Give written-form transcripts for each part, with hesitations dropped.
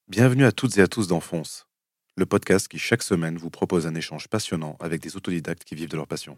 Bienvenue à toutes et à tous dans Fonce, le podcast qui chaque semaine vous propose un échange passionnant avec des autodidactes qui vivent de leur passion.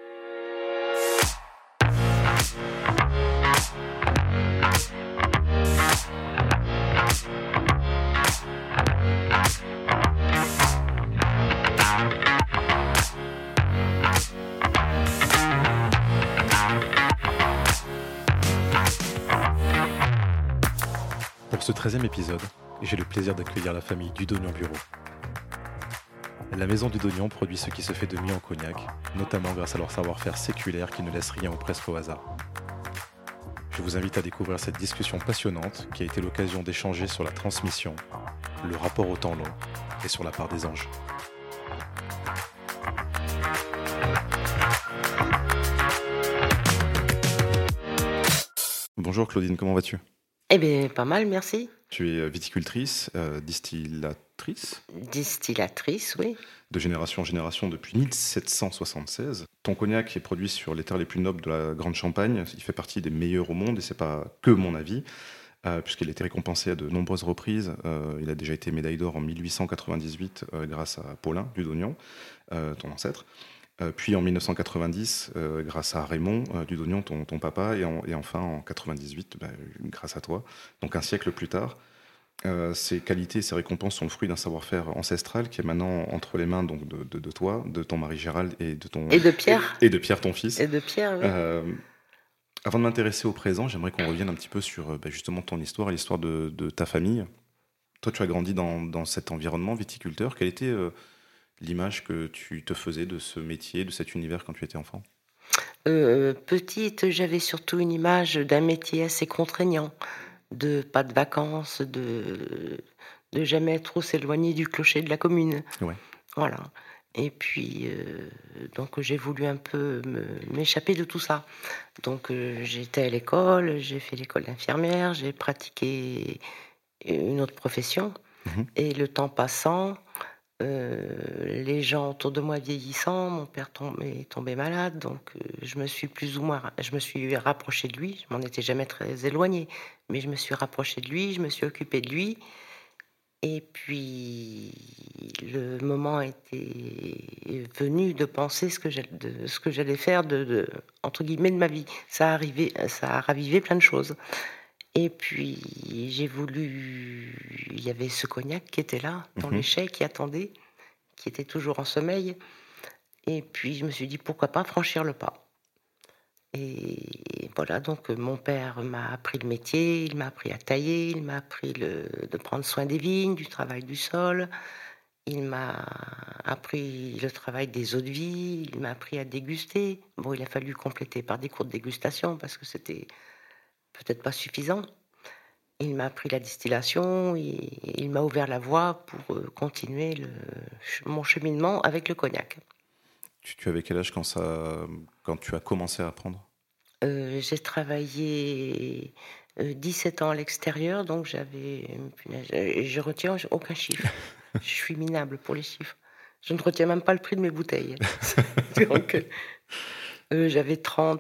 Pour ce 13e épisode, j'ai le plaisir d'accueillir la famille Dudognan Bureau. La maison Dudognan produit ce qui se fait de mieux en Cognac, notamment grâce à leur savoir-faire séculaire qui ne laisse rien ou presque au hasard. Je vous invite à découvrir cette discussion passionnante qui a été l'occasion d'échanger sur la transmission, le rapport au temps long et sur la part des anges. Bonjour Claudine, comment vas-tu ? Eh bien, pas mal, merci. Tu es viticultrice, distillatrice Distillatrice, oui. de génération en génération depuis 1776. Ton cognac est produit sur les terres les plus nobles de la Grande Champagne. Il fait partie des meilleurs au monde et c'est pas que mon avis, puisqu'il a été récompensé à de nombreuses reprises. Il a déjà été médaille d'or en 1898 grâce à Paulin Dudognan, ton ancêtre. Puis en 1990, grâce à Raymond Dudognan, ton papa, et enfin en 98, grâce à toi. Donc un siècle plus tard. Ces qualités et ces récompenses sont le fruit d'un savoir-faire ancestral qui est maintenant entre les mains donc, de toi, de ton mari Gérald et de ton... Et de Pierre. Et de Pierre, ton fils. Et de Pierre, oui. Avant de m'intéresser au présent, j'aimerais qu'on revienne un petit peu sur justement ton histoire et l'histoire de ta famille. Toi, tu as grandi dans cet environnement viticulteur. Quelle était l'image que tu te faisais de ce métier, de cet univers quand tu étais enfant ? Petite, j'avais surtout une image d'un métier assez contraignant, de pas de vacances, de jamais trop s'éloigner du clocher de la commune. Ouais. Voilà. Et puis, donc j'ai voulu un peu m'échapper de tout ça. Donc j'étais à l'école, j'ai fait l'école d'infirmière, j'ai pratiqué une autre profession. Mhm. Et le temps passant, les gens autour de moi vieillissant, mon père est tombé malade, donc je me suis rapprochée de lui. Je m'en étais jamais très éloignée, mais je me suis rapprochée de lui, je me suis occupée de lui. Et puis le moment était venu de penser ce que j'allais faire entre guillemets de ma vie. Ça a ravivé plein de choses. Et puis il y avait ce cognac qui était là, dans les chais, qui attendait, qui était toujours en sommeil. Et puis je me suis dit, pourquoi pas franchir le pas. Et voilà, donc mon père m'a appris le métier, il m'a appris à tailler, il m'a appris de prendre soin des vignes, du travail du sol. Il m'a appris le travail des eaux de vie, il m'a appris à déguster. Bon, il a fallu compléter par des cours de dégustation parce que c'était peut-être pas suffisant. Il m'a appris la distillation et il m'a ouvert la voie pour continuer mon cheminement avec le cognac. Tu avais quel âge quand tu as commencé à apprendre ? J'ai travaillé 17 ans à l'extérieur, donc je retiens aucun chiffre. Je suis minable pour les chiffres. Je ne retiens même pas le prix de mes bouteilles. Donc, j'avais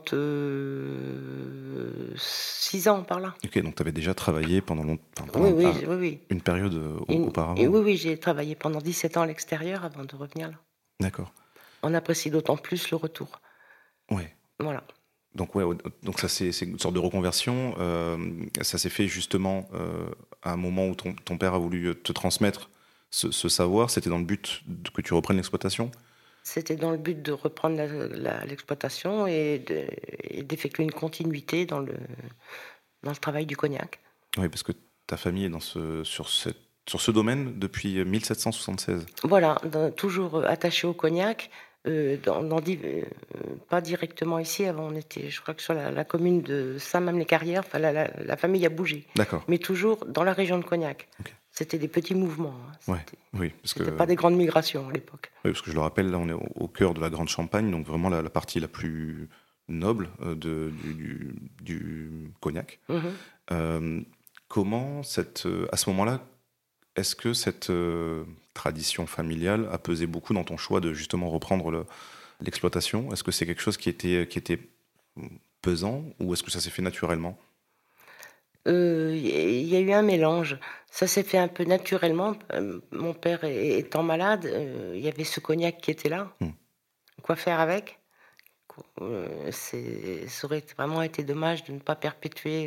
36 ans par là. Ok, donc tu avais déjà travaillé pendant Oui. une période auparavant. Oui, j'ai travaillé pendant 17 ans à l'extérieur avant de revenir là. D'accord. On apprécie d'autant plus le retour. Ouais. Voilà. Donc ça c'est une sorte de reconversion. Ça s'est fait justement à un moment où ton père a voulu te transmettre ce savoir. C'était dans le but que tu reprennes l'exploitation ? C'était dans le but de reprendre l'exploitation et d'effectuer une continuité dans le travail du cognac. Oui, parce que ta famille est sur ce domaine depuis 1776. Voilà, toujours attaché au cognac. Pas directement ici, avant on était, je crois que sur la commune de Saint-Mame-les-Carrières, enfin la famille a bougé. D'accord. Mais toujours dans la région de Cognac. Okay. C'était des petits mouvements. C'était pas des grandes migrations à l'époque. Oui, parce que je le rappelle, là on est au cœur de la Grande Champagne, donc vraiment la partie la plus noble du cognac. Mm-hmm. Comment à ce moment-là, est-ce que cette tradition familiale a pesé beaucoup dans ton choix de justement reprendre l'exploitation ? Est-ce que c'est quelque chose qui était pesant ou est-ce que ça s'est fait naturellement ? Il y a eu un mélange. Ça s'est fait un peu naturellement, mon père étant malade, il y avait ce cognac qui était là. Mmh. Quoi faire avec? Ça aurait vraiment été dommage de ne pas perpétuer,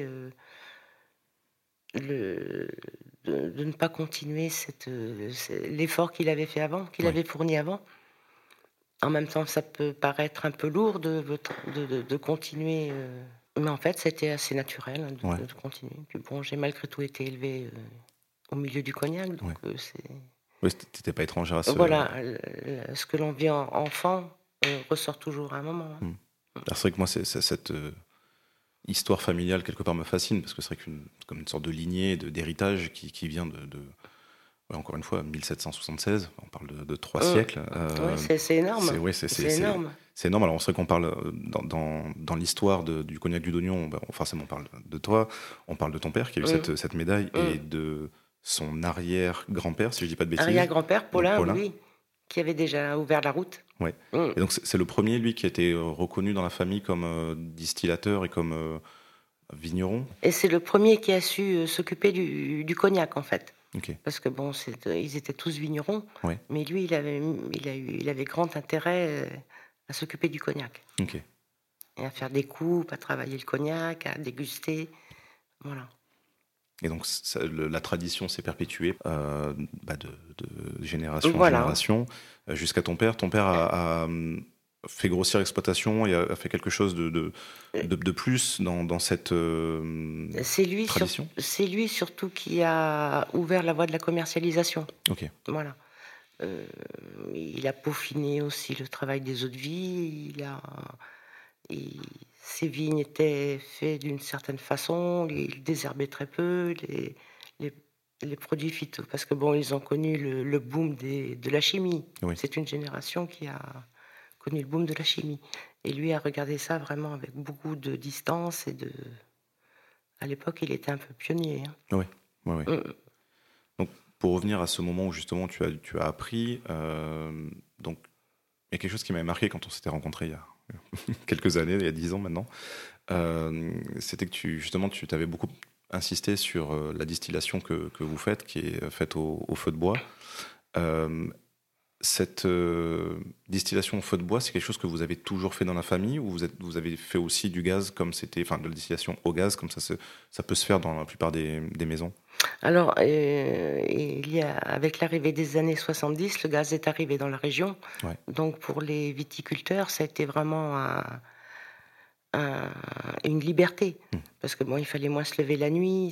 le de ne pas continuer l'effort qu'il avait fait avant, qu'il Oui, avait fourni avant. En même temps, ça peut paraître un peu lourd de continuer, mais en fait, c'était assez naturel, hein, ouais, de continuer. Puis bon, j'ai malgré tout été élevée, au milieu du cognac, donc ouais. Oui, tu étais pas étrangère à ce voilà, ce que l'on vit enfant, ressort toujours à un moment, hein. mmh. Alors c'est vrai que moi, c'est cette, histoire familiale quelque part me fascine parce que c'est vrai comme une sorte de lignée d'héritage qui vient ouais, encore une fois, 1776, on parle de 3 Mmh. siècles. Ouais, c'est énorme, Ouais, c'est énorme. c'est énorme. Alors, c'est vrai qu'on parle dans l'histoire du cognac du Dognon, ben, forcément, on parle de toi, on parle de ton père qui a eu Mmh. cette médaille Mmh. et de son arrière-grand-père, si je dis pas de bêtises, Arrière-grand-père, donc Paulin, Paulin. oui, qui avait déjà ouvert la route. Ouais. Mmh. Et donc, c'est le premier, lui, qui a été reconnu dans la famille comme distillateur et comme vigneron. Et c'est le premier qui a su, s'occuper du cognac, en fait. Ok, Parce que bon, ils étaient tous vignerons, ouais, mais lui, il avait grand intérêt, à s'occuper du cognac ok. et à faire des coupes, à travailler le cognac, à déguster, voilà. Et donc, la tradition s'est perpétuée bah, de génération en Voilà, génération jusqu'à ton père. Ton père a, fait grossir l'exploitation et a fait quelque chose heu, de plus dans cette tradition. c'est lui surtout qui a ouvert la voie de la commercialisation, Ok, voilà. Heu, il a peaufiné aussi le travail des eaux-de-vie, il ses vignes étaient faites d'une certaine façon, il désherbait très peu, les les produits phyto parce que bon, ils ont connu le boom de la chimie. oui. C'est une génération qui a connu le boom de la chimie et lui a regardé ça vraiment avec beaucoup de distance à l'époque, il était un peu pionnier, hein. Oui, oui, oui. Mmh. Donc, pour revenir à ce moment où justement tu as appris, donc il y a quelque chose qui m'avait marqué quand on s'était rencontrés il y a quelques années, il y a 10 ans maintenant. C'était que justement, tu t'avais beaucoup insisté sur la distillation que vous faites, qui est faite au feu de bois. Euh, cette distillation au feu de bois, c'est quelque chose que vous avez toujours fait dans la famille ou vous avez fait aussi du gaz comme c'était, enfin de la distillation au gaz comme ça peut se faire dans la plupart des maisons? Alors, il y a avec l'arrivée des années 70, le gaz est arrivé dans la région. Ouais. Donc pour les viticulteurs, ça a été vraiment un une liberté. Hmm. Parce que bon, il fallait moins se lever la nuit,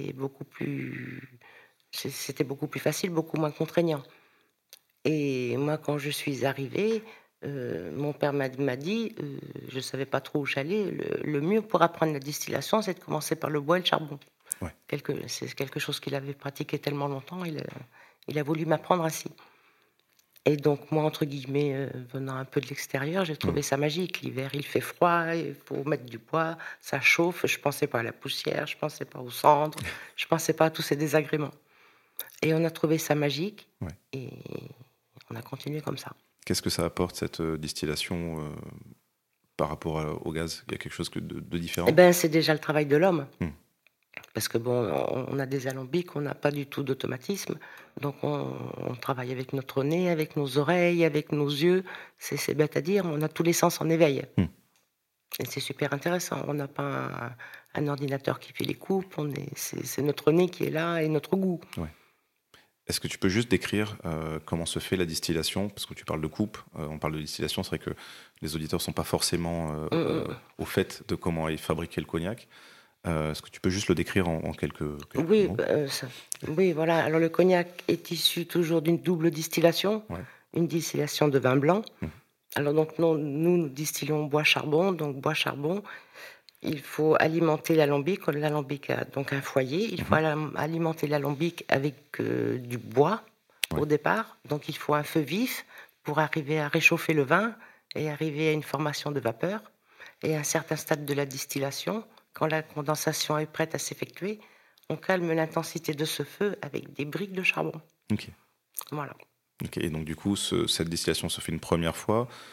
c'était beaucoup plus facile, beaucoup moins contraignant. Et moi, quand je suis arrivée, mon père m'a dit, je savais pas trop où j'allais, le mieux pour apprendre la distillation, c'est de commencer par le bois et le charbon. Ouais. C'est quelque chose qu'il avait pratiqué tellement longtemps, il a voulu m'apprendre ainsi. Et donc moi, entre guillemets, venant un peu de l'extérieur, j'ai Hmm. trouvé ça magique. L'hiver, il fait froid, il faut mettre du bois, ça chauffe. Je pensais pas à la poussière, je pensais pas aux cendres, je pensais pas à tous ces désagréments. Et on a trouvé ça magique Ouais. et on a continué comme ça. Qu'est-ce que ça apporte cette distillation par rapport au gaz? Il y a quelque chose de Eh différent? ben, c'est déjà le travail de l'homme. Hmm. Parce que bon, on a des alambics, on n'a pas du tout d'automatisme. Donc on travaille avec notre nez, avec nos oreilles, avec nos yeux. C'est bête à dire, on a tous les sens en éveil. Hmm. Et c'est super intéressant. On n'a pas un ordinateur qui fait les coupes, c'est notre nez qui est là et notre goût. Ouais. Est-ce que tu peux juste décrire comment se fait la distillation? Parce que tu parles de coupe, on parle de distillation, c'est vrai que les auditeurs ne sont pas forcément Mmh mh. au fait de comment est fabriqué le cognac. Est-ce que tu peux juste le décrire en quelques Oui, mots? oui, voilà. Alors le cognac est issu toujours d'une double distillation, Ouais. une distillation de vin blanc. Mhm. Alors donc non, nous distillons bois-charbon. Donc bois-charbon, il faut alimenter l'alambic. L'alambic a donc un foyer. Il faut Mhm. alimenter l'alambic avec du bois Ouais. au départ. Donc il faut un feu vif pour arriver à réchauffer le vin et arriver à une formation de vapeur. Et à un certain stade de la distillation, quand la condensation est prête à s'effectuer, on calme l'intensité de ce feu avec des briques de charbon. Ok. Voilà. Ok. Et donc du coup, cette distillation se fait une première fois.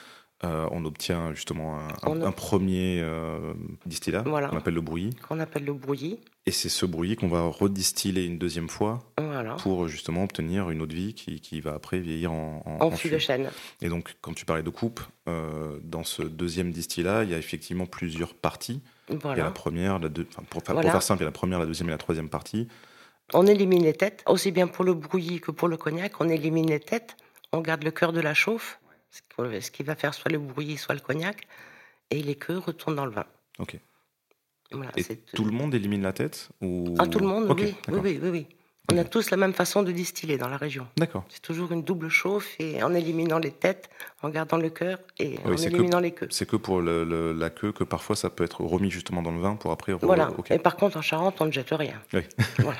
on obtient justement On un a premier distillat Voilà, qu'on appelle le bouilli. qu'on appelle le bouilli. Et c'est ce bouilli qu'on va redistiller une deuxième fois Voilà, pour justement obtenir une eau de vie qui va après vieillir en en fût de fût. chêne. Et donc, quand tu parlais de coupe, dans ce deuxième distillat, il y a effectivement plusieurs parties. Il y a la Voilà, première, pour voilà. faire simple, il y a la première, la deuxième et la troisième partie. On élimine les têtes, aussi bien pour le bouilli que pour le cognac. On élimine les têtes, on garde le cœur de la chauffe, ce qui va faire soit le bouilli, soit le cognac, et les queues retournent dans le vin. Ok. Voilà, Et tout le monde élimine la tête Ah, tout le ou... monde, Ok, oui, oui, d'accord. oui, oui, oui. On a Ok. tous la même façon de distiller dans la région. D'accord. C'est toujours une double chauffe et en éliminant les têtes, en gardant le cœur et Oui, en éliminant les queues. c'est que pour la queue que parfois ça peut être remis justement dans le vin pour après... Voilà. Ok. Et par contre, en Charente, on ne jette rien. Oui. Voilà.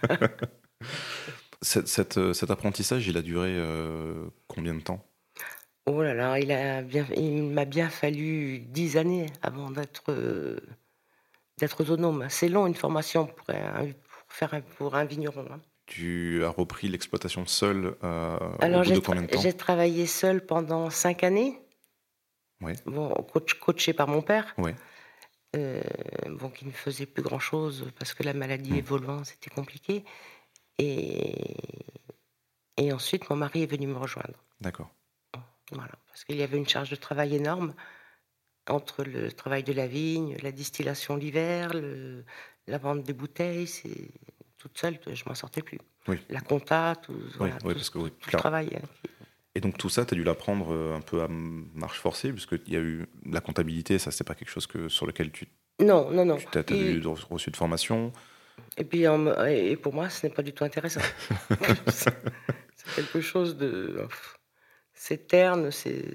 Cet apprentissage, il a duré combien de temps? Oh là là, il m'a bien fallu 10 années avant d'être autonome. C'est long une formation pour un vigneron, hein. Tu as repris l'exploitation seule au Alors bout de combien de temps? j'ai travaillé seule pendant 5 années, Ouais, bon, coachée par mon père, ouais. bon, qui ne faisait plus grand-chose parce que la maladie Hmm. évoluant, c'était compliqué. Et, et ensuite, mon mari est venu me rejoindre. D'accord. Voilà, parce qu'il y avait une charge de travail énorme entre le travail de la vigne, la distillation l'hiver, la vente des bouteilles. C'est toute seule, je m'en sortais plus. Oui, La compta, oui, voilà, oui, parce que oui, tout le clair. travail. Et donc tout ça, tu as dû l'apprendre un peu à marche forcée, puisqu'il y a eu la comptabilité, ça c'est pas quelque chose sur lequel Non, non, non. tu as reçu de formation. Et puis, et pour moi, ce n'est pas du tout intéressant. C'est quelque chose de... C'est terne,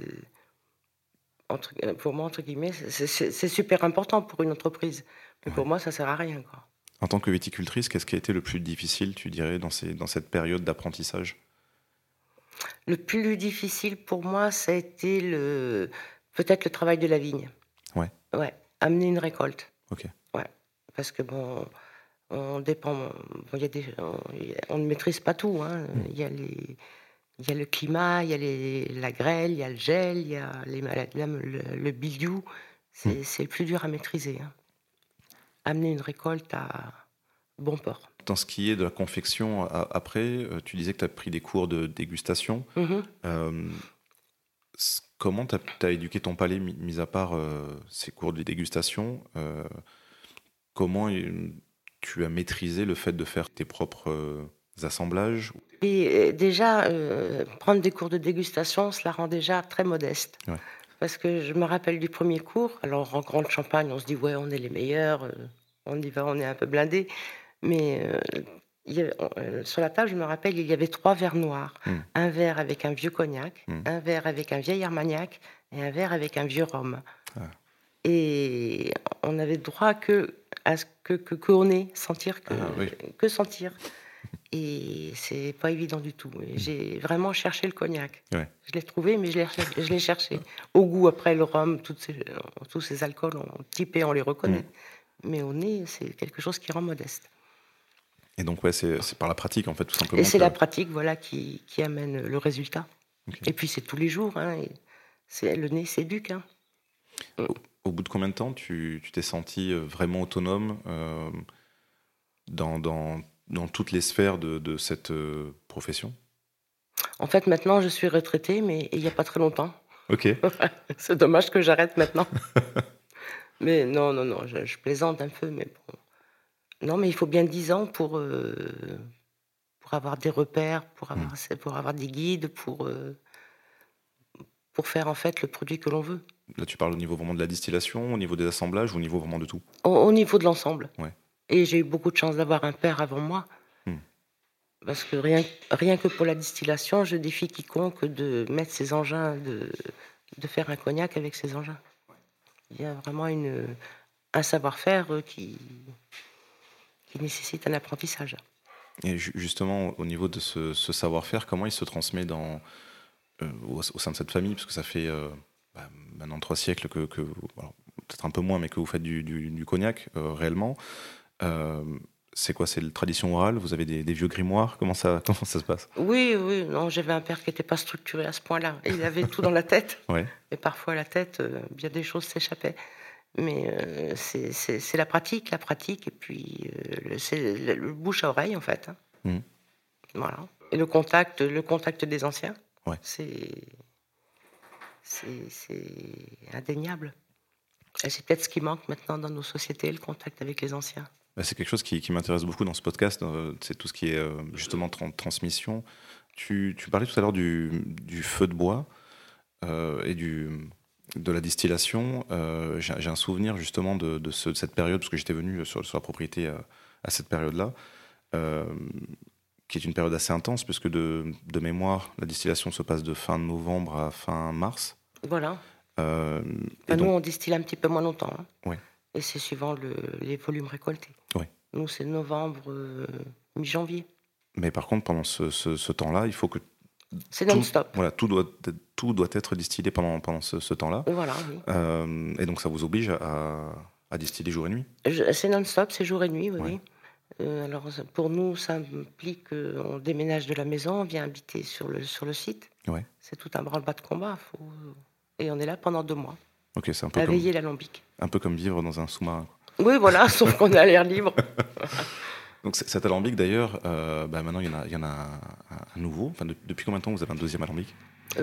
pour moi, entre guillemets, c'est super important pour une entreprise. Mais Ouais. pour moi, ça sert à rien, quoi. En tant que viticultrice, qu'est-ce qui a été le plus difficile, tu dirais, dans cette période d'apprentissage? Le plus difficile pour moi, ça a été peut-être le travail de la vigne. Ouais, Ouais, amener une récolte. ok. Ouais, parce que bon, on dépend. Bon, on ne maîtrise pas tout, hein. Hmm. Il y a le climat, il y a la grêle, il y a le gel, il y a les maladies, le bildou. Hmm. C'est le plus dur à maîtriser, hein. Amener une récolte à bon port. Dans ce qui est de la confection, après, tu disais que tu as pris des cours de dégustation. Mhm. Euh, Comment tu as éduqué ton palais, mis à part ces cours de dégustation comment tu as maîtrisé le fait de faire tes propres assemblages? Et déjà, prendre des cours de dégustation, cela rend déjà très modeste. Ouais. Parce que je me rappelle du premier cours. Alors, en grande Champagne, on se dit: «Ouais, on est les meilleurs, on y va, on est un peu blindés». Mais, sur la table, je me rappelle, il y avait 3 verres noirs. Hmm. Un verre avec un vieux cognac, Hmm. un verre avec un vieil armagnac et un verre avec un vieux rhum. Ah. Et on avait droit à ce qu'on ait, sentir Oui. que sentir. Et c'est pas évident du tout. Et j'ai vraiment cherché le cognac. Ouais. Je l'ai trouvé, mais je l'ai cherché. Au goût, après, le rhum, tous ces alcools, on typé, on les reconnaît. Mais au nez, c'est quelque chose qui rend modeste. Et donc, ouais, c'est par la pratique, en fait, tout simplement. Et c'est la pratique, voilà, qui amène le résultat. Ok. Et puis, c'est tous les jours, hein. Le nez s'éduque, hein. Au bout de combien de temps tu t'es senti vraiment autonome dans toutes les sphères de cette profession? En fait, maintenant, je suis retraitée, mais il n'y a pas très longtemps. Ok. C'est dommage que j'arrête maintenant. Mais non, non, non, je plaisante un peu, mais bon. Non, mais il faut bien 10 ans pour avoir des repères, pour avoir des guides, pour faire, en fait, le produit que l'on veut. Là, tu parles au niveau vraiment de la distillation, au niveau des assemblages ou au niveau vraiment de tout? Au niveau de l'ensemble. Ouais. Et j'ai eu beaucoup de chance d'avoir un père avant moi. Parce que rien que pour la distillation, je défie quiconque de mettre ses engins, de faire un cognac avec ses engins. Il y a vraiment un savoir-faire qui nécessite un apprentissage. Et justement, au niveau de ce savoir-faire, comment il se transmet au sein de cette famille? Parce que ça fait maintenant 3 siècles alors, peut-être un peu moins, mais que vous faites du cognac réellement. C'est quoi? C'est la tradition orale? Vous avez des vieux grimoires? Comment ça se passe? Oui, oui, non, j'avais un père qui était pas structuré à ce point-là. Il avait tout dans la tête Ouais. et parfois la tête, bien des choses s'échappaient. Mais c'est la pratique et puis, c'est le bouche à oreille, en fait, hein. Mmh. Voilà et le contact des anciens, Ouais. c'est c'est indéniable et c'est peut-être ce qui manque maintenant dans nos sociétés, le contact avec les anciens. Bah, c'est quelque chose qui m'intéresse beaucoup dans ce podcast, c'est tout ce qui est, justement transmission. Tu parlais tout à l'heure du feu de bois, et de la distillation. J'ai un souvenir justement de cette période, parce que j'étais venu sur la propriété à cette période-là, euh, qui est une période assez intense, puisque de mémoire, la distillation se passe de fin novembre à fin mars. Voilà. Euh, et Bah, nous, donc, on distille un petit peu moins longtemps, hein ouais, et c'est suivant les volumes récoltés. ouais. Nous, c'est novembre, mi-janvier. Mais par contre, pendant ce temps-là, il faut que C'est non-stop. voilà, tout doit être distillé pendant ce temps-là. Voilà, oui. Et donc, ça vous oblige à distiller jour et nuit. C'est non-stop, c'est jour et nuit, oui, Ouais. oui. Alors pour nous, ça implique qu'on déménage de la maison, on vient habiter sur le site. Ouais. C'est tout un branle-bas de combat, et on est là pendant 2 mois, Ok, c'est à veiller l'alambic. un peu comme vivre dans un sous-marin, quoi. Oui, voilà, sauf qu'on est à l'air libre. Donc cet alambic d'ailleurs, bah, maintenant il y en a un nouveau. Enfin, depuis combien de temps vous avez un deuxième alambic?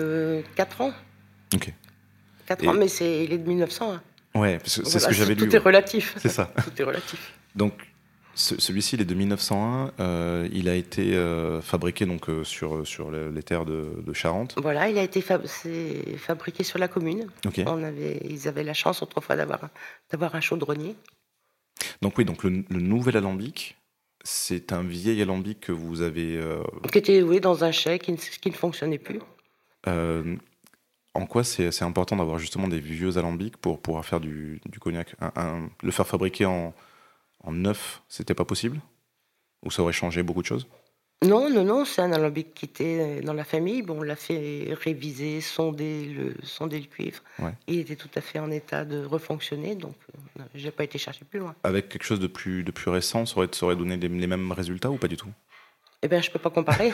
4 ans, Ok. 4 ans, Et mais il est de 1900, hein. ouais, parce que c'est ce Voilà, que j'avais lu. tout est Ouais. relatif. C'est ça. Tout est relatif. Donc celui-ci il est de 1901. Il a été fabriqué donc sur les terres de Charente. Voilà, il a été c'est fabriqué sur la commune. Ok. Ils avaient la chance autrefois d'avoir un chaudronnier. Donc oui, donc le nouvel alambic, c'est un vieil alambic que vous avez. Qui était, oui, dans un chai qui ne fonctionnait plus. Euh, En quoi c'est important d'avoir justement des vieux alambics pour pouvoir faire du cognac? Le faire fabriquer en neuf, c'était pas possible? Ou ça aurait changé beaucoup de choses? Non, non, non, c'est un alambic qui était dans la famille. Bon, on l'a fait réviser, sonder le cuivre. Ouais. Il était tout à fait en état de refonctionner, donc j'ai pas été chercher plus loin. Avec quelque chose de plus récent, ça aurait donné les mêmes résultats ou pas du tout? Eh bien, je peux pas comparer.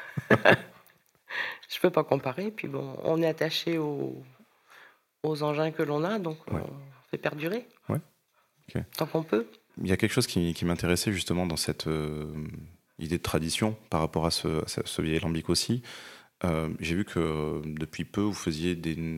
Je peux pas comparer. Puis bon, on est attaché aux engins que l'on a, donc Ouais. on fait perdurer. Ouais. Ok. Tant qu'on peut. Il y a quelque chose qui m'intéressait justement dans cette idée de tradition par rapport à ce vieil alambic aussi. J'ai vu que depuis peu, vous faisiez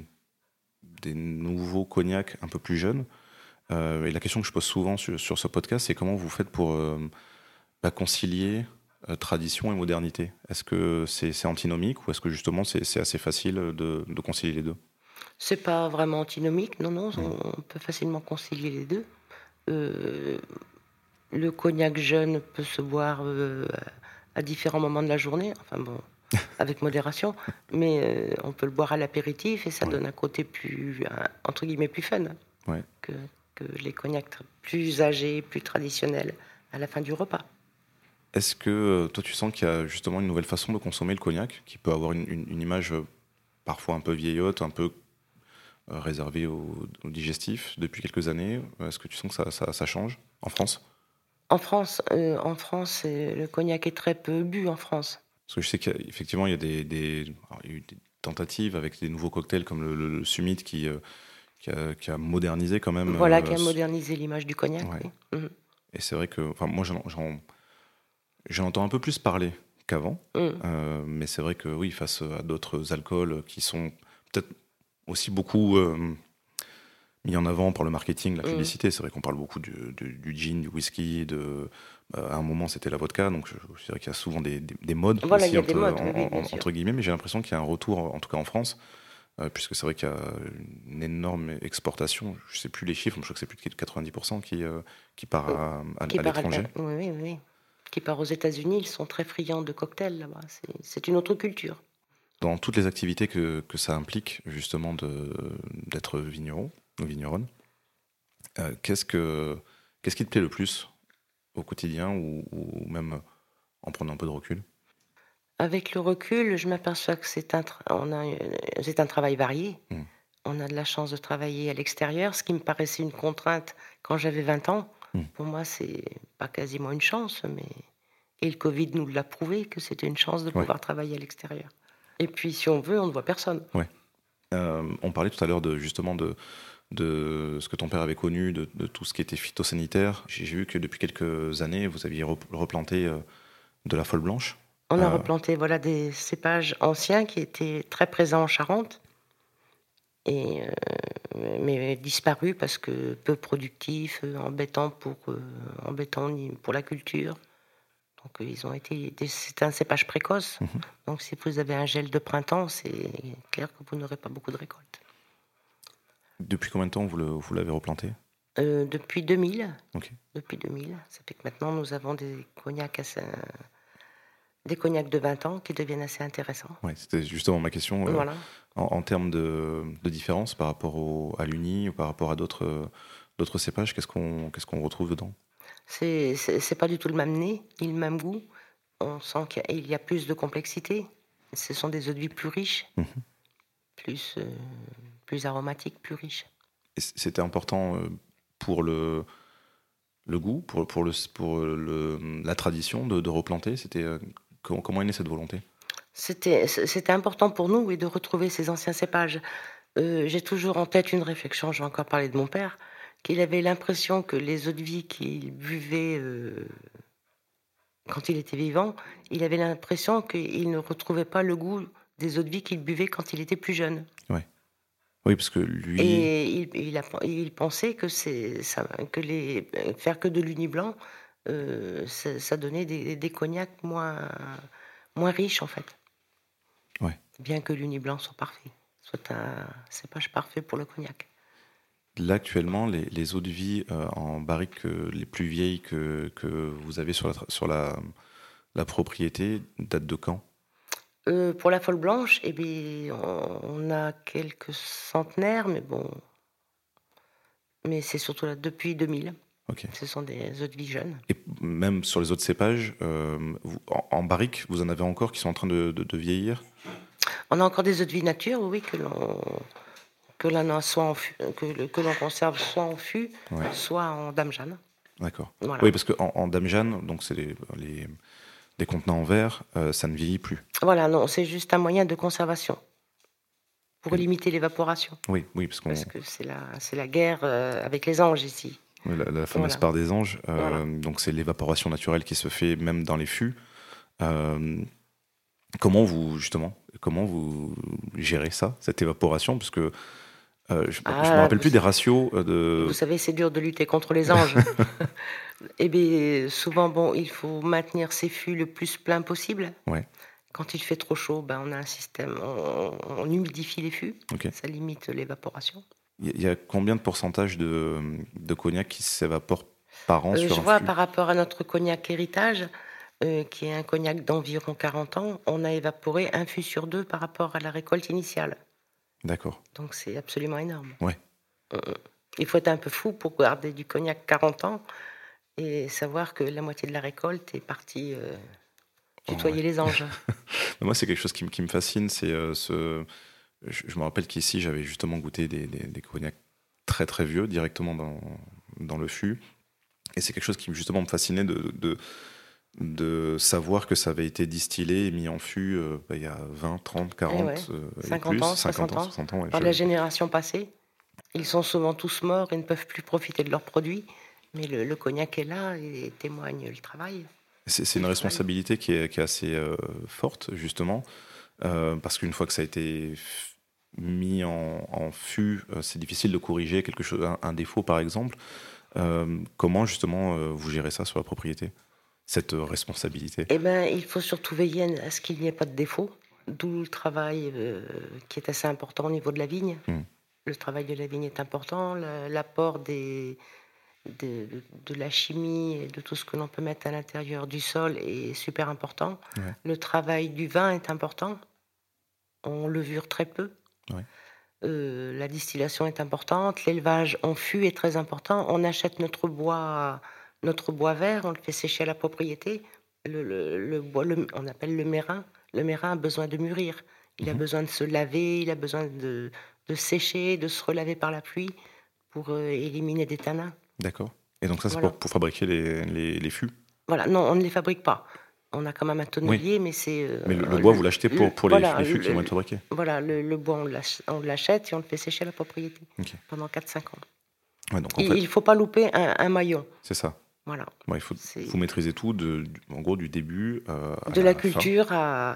des nouveaux cognacs un peu plus jeunes. Et la question que je pose souvent sur ce podcast, c'est comment vous faites pour concilier tradition et modernité? Est-ce que c'est antinomique ou est-ce que justement c'est assez facile de concilier les deux? C'est pas vraiment antinomique, non, non, Mm. on peut facilement concilier les deux. Euh, le cognac jeune peut se boire à différents moments de la journée, enfin bon, avec modération, mais on peut le boire à l'apéritif et ça Ouais. donne un côté plus, entre guillemets, plus fun Ouais. que les cognacs plus âgés, plus traditionnels à la fin du repas. Est-ce que toi tu sens qu'il y a justement une nouvelle façon de consommer le cognac qui peut avoir une image parfois un peu vieillotte, un peu réservée au digestif depuis quelques années? Est-ce que tu sens que ça change en France? En France, le cognac est très peu bu en France. Parce que je sais qu'effectivement il y a alors, il y a eu des tentatives avec des nouveaux cocktails comme le Summit qui a modernisé quand même. Voilà, qui a modernisé l'image du cognac. Ouais. Oui. Mhm. Et c'est vrai que, enfin, moi, j'en entends un peu plus parler qu'avant, Mhm. mais c'est vrai que oui, face à d'autres alcools qui sont peut-être aussi beaucoup mis en avant par le marketing, la Mhm. publicité. C'est vrai qu'on parle beaucoup du gin, du whisky, à un moment c'était la vodka, donc je dirais qu'il y a souvent des modes Voilà, il aussi y a des modes, oui, oui, bien sûr. entre guillemets, mais j'ai l'impression qu'il y a un retour, en tout cas en France, puisque c'est vrai qu'il y a une énorme exportation. Je sais plus les chiffres, mais je crois que c'est plus de 90% qui part à Qui part l'étranger. oui, oui, oui. Qui part aux États-Unis, ils sont très friands de cocktails là-bas. C'est une autre culture. Dans toutes les activités que ça implique, justement, d'être vigneron ou vigneronne, qu'est-ce qui te plaît le plus au quotidien ou même en prenant un peu de recul? Avec le recul, je m'aperçois que c'est un travail varié. Mm. On a de la chance de travailler à l'extérieur, ce qui me paraissait une contrainte quand j'avais 20 ans. Pour moi, c'est pas quasiment une chance, mais et le Covid nous l'a prouvé que c'était une chance de Ouais. pouvoir travailler à l'extérieur. Et puis si on veut, on ne voit personne. Ouais. On parlait tout à l'heure justement de ce que ton père avait connu, de tout ce qui était phytosanitaire. J'ai vu que depuis quelques années, vous aviez replanté de la folle blanche. On a replanté des cépages anciens qui étaient très présents en Charente, et, mais disparus parce que peu productifs, embêtants pour la culture. Donc ils ont été. C'est un cépage précoce. Donc si vous avez un gel de printemps, c'est clair que vous n'aurez pas beaucoup de récoltes. Depuis combien de temps vous l'avez replanté? Depuis 2000. Ok. Depuis 2000. Ça fait que maintenant nous avons des cognacs de 20 ans qui deviennent assez intéressants. Ouais, c'était justement ma question. Voilà. En termes de différence par rapport à l'Uni ou par rapport à d'autres cépages, qu'est-ce qu'on retrouve dedans? C'est pas du tout le même nez, ni le même goût. On sent qu'il y a plus de complexité. Ce sont des eaux de vie plus riches, plus aromatiques, plus riches. Et c'était important pour le goût, pour la tradition de replanter. C'était comment est née cette volonté? C'était important pour nous, oui, de retrouver ces anciens cépages. J'ai toujours en tête une réflexion, je vais encore parler de mon père, qu'il avait l'impression que les eaux de vie qu'il buvait quand il était vivant, il avait l'impression qu'il ne retrouvait pas le goût des eaux de vie qu'il buvait quand il était plus jeune. Ouais. Oui, parce que lui. Et il pensait que faire que de l'uni blanc, ça donnait des cognacs moins riches en fait. Ouais. Bien que l'uni blanc soit parfait, soit un cépage parfait pour le cognac. Là, actuellement, les eaux de vie en barrique les plus vieilles que vous avez sur la propriété datent de quand? Pour la folle blanche, eh bien, on a quelques centenaires, mais bon, mais c'est surtout là depuis 2000. Ok. Ce sont des eaux de vie jeunes. Et même sur les autres cépages, en barrique, vous en avez encore qui sont en train de vieillir? On a encore des eaux de vie nature, oui, que l'on a soit que l'on conserve soit en fût, Ouais. soit en dame Jeanne. D'accord. Voilà. Oui, parce qu'en Dame Jeanne, donc c'est des contenants en verre, ça ne vieillit plus. Voilà, non, c'est juste un moyen de conservation pour limiter l'évaporation. Oui, parce que c'est la guerre avec les anges ici. La fameuse Voilà. part des anges. Voilà. Donc c'est l'évaporation naturelle qui se fait même dans les fûts. Comment vous gérez ça, cette évaporation? Parce que je me rappelle plus des ratios de. Vous savez, c'est dur de lutter contre les anges. Eh bien, souvent, bon, il faut maintenir ses fûts le plus plein possible. Ouais. Quand il fait trop chaud, on a un système, on humidifie les fûts. Okay. Ça limite l'évaporation. Il y a combien de pourcentage de cognac qui s'évapore par an sur un fût? Je vois par rapport à notre cognac héritage, qui est un cognac d'environ 40 ans, on a évaporé un fût sur 2 par rapport à la récolte initiale. D'accord. Donc c'est absolument énorme. Ouais. Il faut être un peu fou pour garder du cognac 40 ans et savoir que la moitié de la récolte est partie tutoyer les anges. Moi, c'est quelque chose qui me fascine, c'est je me rappelle qu'ici, j'avais justement goûté des cognacs très très vieux directement dans le fût. Et c'est quelque chose qui justement me fascinait de savoir que ça avait été distillé et mis en fût il y a 20, 30, 40, 50 plus, ans, 50 ans, 60 ans. Ouais, par la génération passée. Ils sont souvent tous morts et ne peuvent plus profiter de leurs produits. Mais le cognac est là et témoigne le travail. C'est une responsabilité qui est assez forte, justement, parce qu'une fois que ça a été mis en fût, c'est difficile de corriger quelque chose, un défaut par exemple. Comment justement vous gérez ça sur la propriété, cette responsabilité? Eh ben, il faut surtout veiller à ce qu'il n'y ait pas de défaut, d'où le travail qui est assez important au niveau de la vigne. Le travail de la vigne est important, l'apport de la chimie et de tout ce que l'on peut mettre à l'intérieur du sol est super important. Ouais. Le travail du vin est important, on levure très peu. Ouais. La distillation est importante, l'élevage en fût est très important. On achète notre bois vert, on le fait sécher à la propriété. Le bois, on appelle le mérin. Le mérin a besoin de mûrir. Il a besoin de se laver, il a besoin de sécher, de se relaver par la pluie pour éliminer des tanins. D'accord. Et donc ça, c'est Voilà. pour fabriquer les fûts. Voilà, non, on ne les fabrique pas. On a quand même un Oui, tonnelier, mais c'est mais le bois, vous l'achetez pour voilà, les fûts qui vont être fabriqués. voilà, le bois, on l'achète et on le fait sécher à la propriété Ok. pendant 4-5 ans. Ouais, donc en Il fait, ne faut pas louper un maillon. c'est ça. Voilà. Ouais, C'est faut maîtriser tout, en gros, du début à de la la fin. culture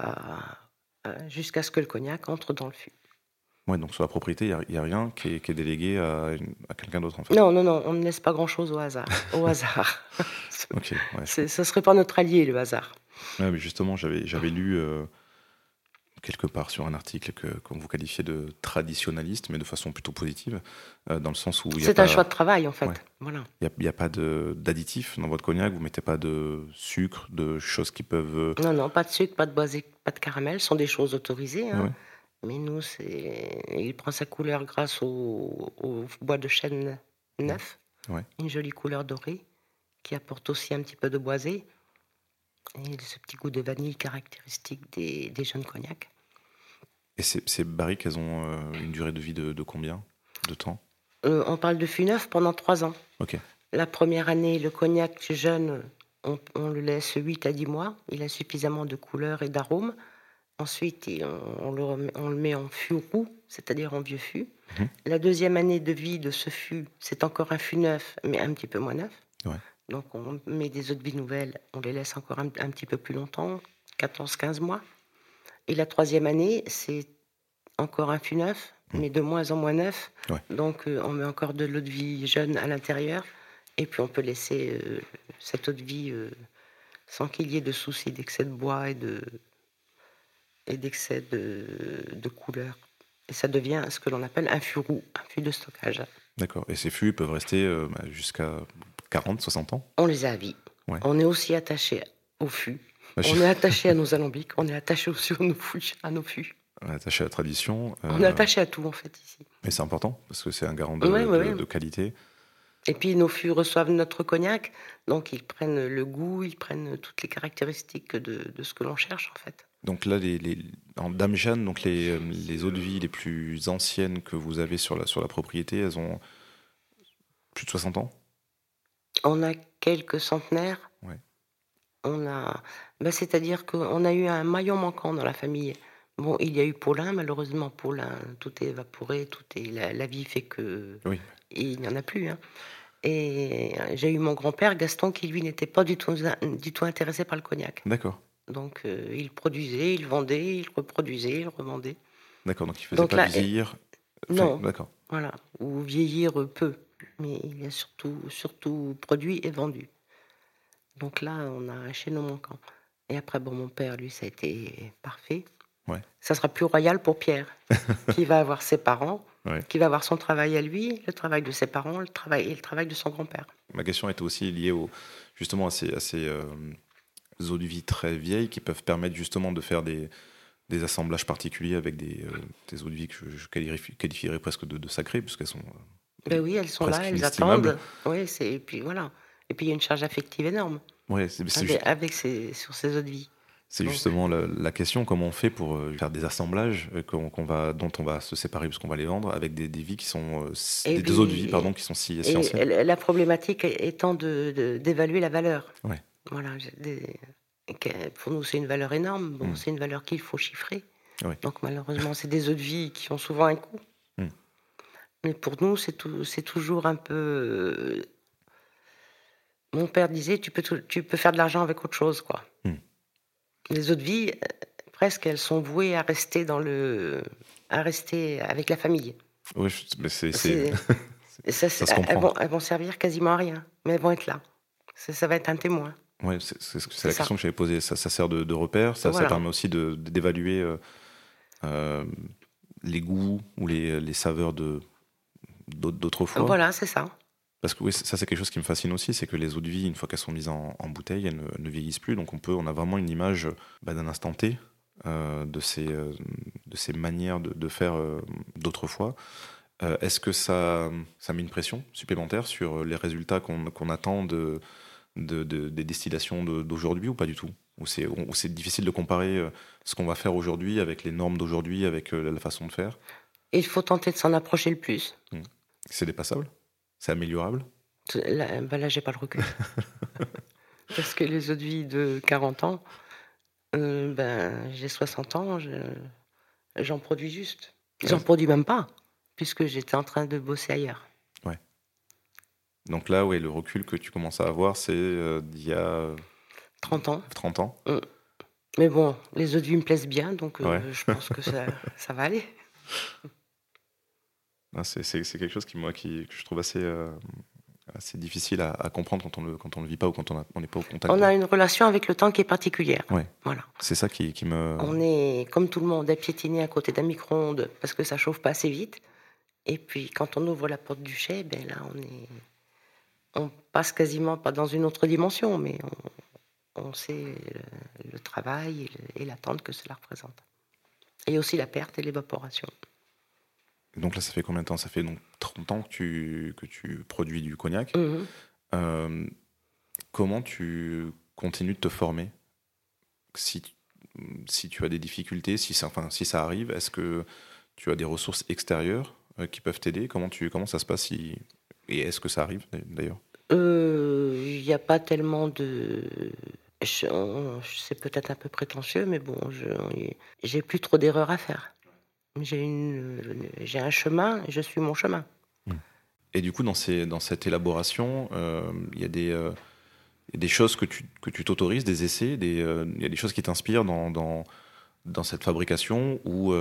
jusqu'à ce que le cognac entre dans le fût. Ouais, donc sur la propriété, il y a rien qui est délégué à quelqu'un d'autre, en fait. Non, non, non, on ne laisse pas grand-chose au hasard. Au hasard. Ok, ouais, Ce serait pas notre allié, le hasard. ouais, mais justement, j'avais lu quelque part sur un article qu'on vous qualifiait de traditionnaliste, mais de façon plutôt positive, dans le sens où il n'y a C'est un choix pas, de travail, en fait. ouais, Voilà. il y a pas d'additifs dans votre cognac, vous mettez pas de sucre, de choses qui peuvent. Non, non, pas de sucre, pas de boisé, pas de caramel, ce sont des choses autorisées, Ouais, hein. ouais, Mais nous, il prend sa couleur grâce au bois de chêne neuf, ouais. une jolie couleur dorée, qui apporte aussi un petit peu de boisé, et ce petit goût de vanille caractéristique des jeunes cognacs. Et ces barriques, elles ont une durée de vie de combien de temps? On parle de fût neuf pendant 3 ans. Ok, La première année, le cognac jeune, on le laisse 8 à 10 mois. Il a suffisamment de couleur et d'arôme. Ensuite, on le met en fût roux, c'est-à-dire en vieux fût. mhm, La deuxième année de vie de ce fût, c'est encore un fût neuf, mais un petit peu moins neuf. ouais, Donc on met des eaux de vie nouvelles, on les laisse encore un petit peu plus longtemps, 14-15 mois. Et la troisième année, c'est encore un fût neuf, mhm, mais de moins en moins neuf. ouais. Donc on met encore de l'eau de vie jeune à l'intérieur. Et puis on peut laisser cette eau de vie sans qu'il y ait de soucis d'excès de bois et d'excès de couleur. Et ça devient ce que l'on appelle un fût roux, un fût de stockage. D'accord. Et ces fûts peuvent rester jusqu'à 40, 60 ans? On les a à vie. Ouais. On est aussi attaché au fût. Bah, On est attaché à nos alambics. On est attaché aussi à nos fûts. attaché à la tradition. On est attaché à tout, en fait, ici. Et c'est important, parce que c'est un garant Ouais, ouais, ouais. de qualité. Et puis, nos fûts reçoivent notre cognac. Donc, ils prennent le goût, ils prennent toutes les caractéristiques de ce que l'on cherche, en fait. Donc là, en Dame Jeanne, donc les eaux de vie les plus anciennes que vous avez sur la propriété, elles ont plus de 60 ans? On a quelques centenaires. Ouais. C'est-à-dire qu'on a eu un maillon manquant dans la famille. Bon, il y a eu Paulin, malheureusement, Paulin, tout est évaporé, la vie fait que Oui, il n'y en a plus, hein. Et j'ai eu mon grand-père, Gaston, qui lui n'était pas du tout intéressé par le cognac. d'accord. Donc il produisait, il vendait, il reproduisait, il revendait. D'accord, donc il faisait Donc pas là, vieillir. Enfin, non, d'accord. voilà, ou vieillir peu, mais il a surtout produit et vendu. Donc là, on a un chaînon manquant. Et après, bon, mon père, lui, ça a été parfait. Ouais, Ça sera plus royal pour Pierre, qui va avoir ses parents, ouais. qui va avoir son travail à lui, le travail de ses parents, le travail de son grand-père. Ma question était aussi liée justement à ces eaux de vie très vieilles qui peuvent permettre justement de faire des assemblages particuliers avec des eau de vie que je qualifierais presque de sacrées, puisqu'elles sont Ben oui, elles sont là, presque elles inestimables. attendent. Oui, et puis voilà. Et puis il y a une charge affective énorme Ouais, sur ces eaux de vie. c'est Donc, justement la question, comment on fait pour faire des assemblages dont on va se séparer puisqu'on va les vendre avec des vies qui sont et des eaux de vie puis, pardon qui sont si et anciennes. la problématique étant d'évaluer la valeur. Ouais. Voilà, pour nous, c'est une valeur énorme. Bon, Mm. c'est une valeur qu'il faut chiffrer. Ouais. Donc malheureusement, c'est des eaux de vie qui ont souvent un coût. Mm. Mais pour nous, c'est toujours un peu. Mon père disait, tu peux faire de l'argent avec autre chose, quoi. Mm. Les eaux de vie, presque, elles sont vouées à rester à rester avec la famille. Oui, mais Ça, ça se comprend. elles vont servir quasiment à rien, mais elles vont être là. Ça va être un témoin. Ouais, c'est C'est la ça. question que j'avais posée. Ça sert de repère, ça Voilà. permet aussi d'évaluer les goûts ou les saveurs d'autrefois. Voilà, c'est ça. Parce que oui, ça c'est quelque chose qui me fascine aussi, c'est que les eaux de vie, une fois qu'elles sont mises en bouteille, elles ne vieillissent plus. Donc on a vraiment une image d'un instant T de ces manières de faire d'autrefois. Est-ce que ça met une pression supplémentaire sur les résultats qu'on attend des distillations d'aujourd'hui ou pas du tout? Ou c'est difficile de comparer ce qu'on va faire aujourd'hui avec les normes d'aujourd'hui, avec la façon de faire? Et il faut tenter de s'en approcher le plus. C'est dépassable? C'est améliorable? Là, j'ai pas le recul. Parce que les eaux de vie de 40 ans, j'ai 60 ans, j'en produis juste. J'en Ouais. produis même pas, puisque j'étais en train de bosser ailleurs. Ouais. Donc là, ouais, le recul que tu commences à avoir, c'est d'il y a 30 ans. 30 ans. Mmh. Mais bon, les eaux de vie me plaisent bien, donc Ouais. je pense que ça va aller. Ah, c'est quelque chose que je trouve assez difficile à comprendre quand on le vit pas ou quand on n'est pas au contact On de. a une relation avec le temps qui est particulière. Ouais. Voilà. C'est ça qui me. On est, comme tout le monde, à piétiner à côté d'un micro-ondes parce que ça chauffe pas assez vite. Et puis, quand on ouvre la porte du chai, là, on passe quasiment pas dans une autre dimension, mais on sait le travail et l'attente que cela représente. Et aussi la perte et l'évaporation. Donc là, ça fait combien de temps? Ça fait donc 30 ans que tu produis du cognac. Mhm. Euh, Comment tu continues de te former si, si tu as des difficultés, si ça arrive, est-ce que tu as des ressources extérieures qui peuvent t'aider? Comment ça se passe et est-ce que ça arrive d'ailleurs? Il n'y a pas tellement de... C'est peut-être un peu prétentieux, mais bon, j'ai plus trop d'erreurs à faire. J'ai un chemin, et je suis mon chemin. Et du coup, dans cette élaboration, il y a des choses que tu t'autorises, des essais, il y a des choses qui t'inspirent dans cette fabrication où,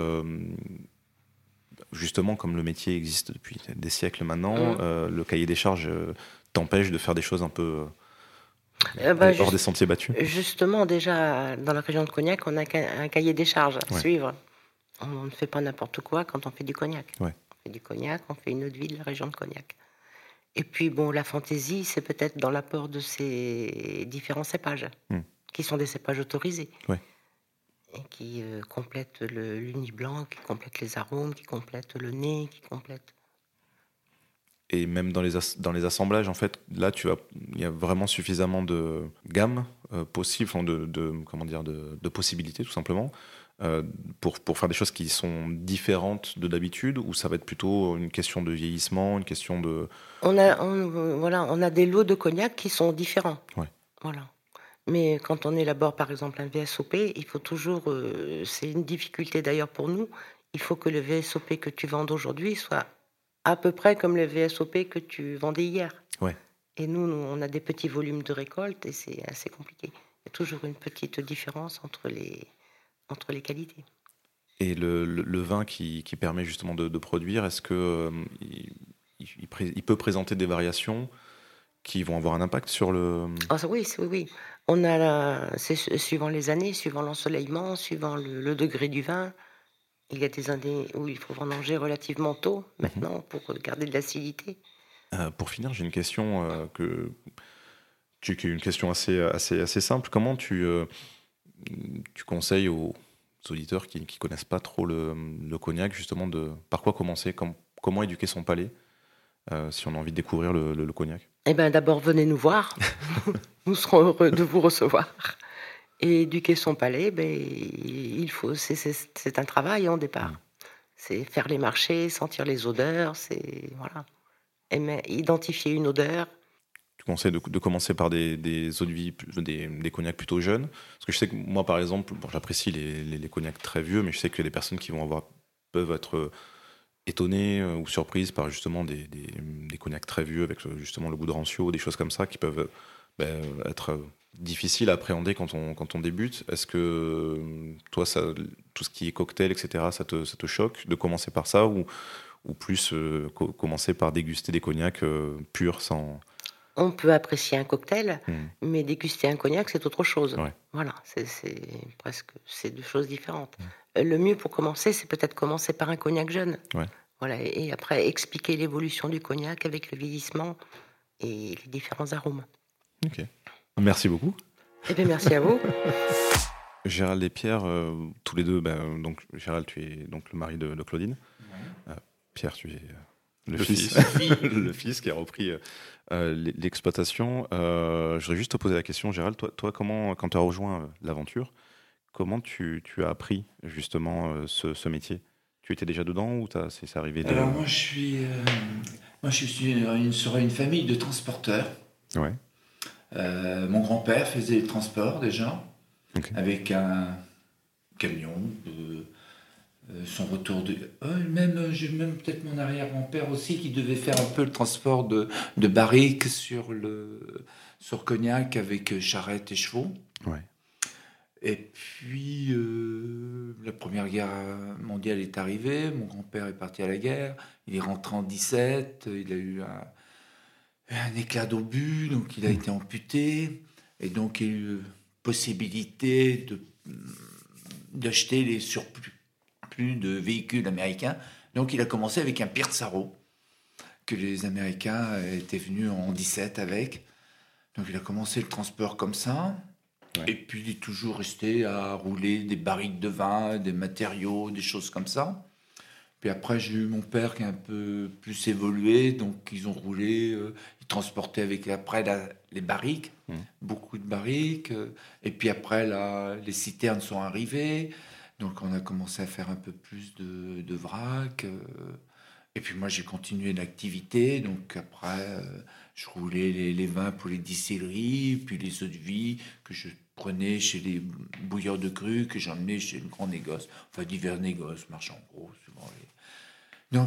justement, comme le métier existe depuis des siècles maintenant, Mm. le cahier des charges t'empêche de faire des choses un peu hors des Juste, sentiers battus. justement, déjà, dans la région de Cognac, on a un cahier des charges à Ouais. suivre. On ne fait pas n'importe quoi quand on fait du cognac. Ouais. On fait du cognac, on fait une eau de vie de la région de Cognac. Et puis, bon, la fantaisie, c'est peut-être dans l'apport de ces différents cépages, qui sont des cépages autorisés. Ouais. Et qui complètent l'uni blanc, qui complètent les arômes, qui complètent le nez, qui complètent... Et même dans les assemblages, en fait, là, il y a vraiment suffisamment de gamme possible, enfin, comment dire, de possibilités, tout simplement, euh, pour faire des choses qui sont différentes de d'habitude, ou ça va être plutôt une question de vieillissement, une question de. Voilà, on a des lots de cognac qui sont différents. Ouais. Voilà. Mais quand on élabore par exemple un VSOP, il faut toujours, c'est une difficulté d'ailleurs pour nous, il faut que le VSOP que tu vendes aujourd'hui soit à peu près comme le VSOP que tu vendais hier. Ouais. Et nous, on a des petits volumes de récolte et c'est assez compliqué. Il y a toujours une petite différence entre les qualités. Et le vin qui permet justement de produire, est-ce que il peut présenter des variations qui vont avoir un impact sur le. Ah, oui, oui. C'est suivant les années, suivant l'ensoleillement, suivant le degré du vin. Il y a des années où il faut vendanger relativement tôt, maintenant, pour garder de l'acidité. Pour finir, j'ai une question qui est une question assez simple. Comment tu conseilles aux auditeurs qui ne connaissent pas trop le cognac, justement, par quoi commencer, comment éduquer son palais, si on a envie de découvrir le cognac? Eh bien, d'abord, venez nous voir. Nous serons heureux de vous recevoir. Et éduquer son palais, c'est un travail en départ. C'est faire les marchés, sentir les odeurs, voilà. Identifier une odeur. Tu conseilles de commencer par des eaux de vie, des cognacs plutôt jeunes? Parce que je sais que moi, par exemple, bon, j'apprécie les cognacs très vieux, mais je sais qu'il y a des personnes qui peuvent être étonnées ou surprises par justement des cognacs très vieux avec justement le goût de rancio, des choses comme ça qui peuvent être difficiles à appréhender quand on débute. Est-ce que toi, tout ce qui est cocktail, etc., ça te choque de commencer par ça ou plus commencer par déguster des cognacs purs sans. On peut apprécier un cocktail, mais déguster un cognac, c'est autre chose. Ouais. Voilà, c'est deux choses différentes. Le mieux pour commencer, c'est peut-être commencer par un cognac jeune. Ouais. Voilà, et après expliquer l'évolution du cognac avec le vieillissement et les différents arômes. Ok. Merci beaucoup. Eh bien, merci à vous. Gérald et Pierre, tous les deux, donc Gérald, tu es donc le mari de Claudine. Pierre, tu es le fils. Le fils qui a repris l'exploitation. Je voudrais juste te poser la question, Gérald, toi quand tu as rejoint l'aventure, comment tu as appris justement ce métier? Tu étais déjà dedans ou c'est arrivé Alors moi je suis Moi, je suis sur une famille de transporteurs. Ouais. Mon grand-père faisait les transports déjà, Ok. avec un camion. Son retour de. Même, j'ai même peut-être mon arrière-grand-père aussi qui devait faire un peu le transport de barriques sur Cognac avec charrette et chevaux. Ouais. Et puis, la Première Guerre mondiale est arrivée, mon grand-père est parti à la guerre, il est rentré en 17, il a eu un éclat d'obus, donc il a été amputé, et donc il a eu possibilité d'acheter les surplus de véhicules américains. Donc il a commencé avec un Pirzaro, que les Américains étaient venus en 17 avec. Donc il a commencé le transport comme ça. Ouais. Et puis il est toujours resté à rouler des barriques de vin, des matériaux, des choses comme ça. Puis après, j'ai eu mon père qui a un peu plus évolué, donc ils ont roulé, ils transportaient avec après les barriques, beaucoup de barriques. Et puis après, là, les citernes sont arrivées, donc on a commencé à faire un peu plus de vrac. Et puis moi, j'ai continué l'activité, donc après, je roulais les vins pour les distilleries, puis les eaux de vie que je prenais chez les bouilleurs de cru, que j'emmenais chez le grand négoce, enfin divers négoces, marchands gros, souvent donc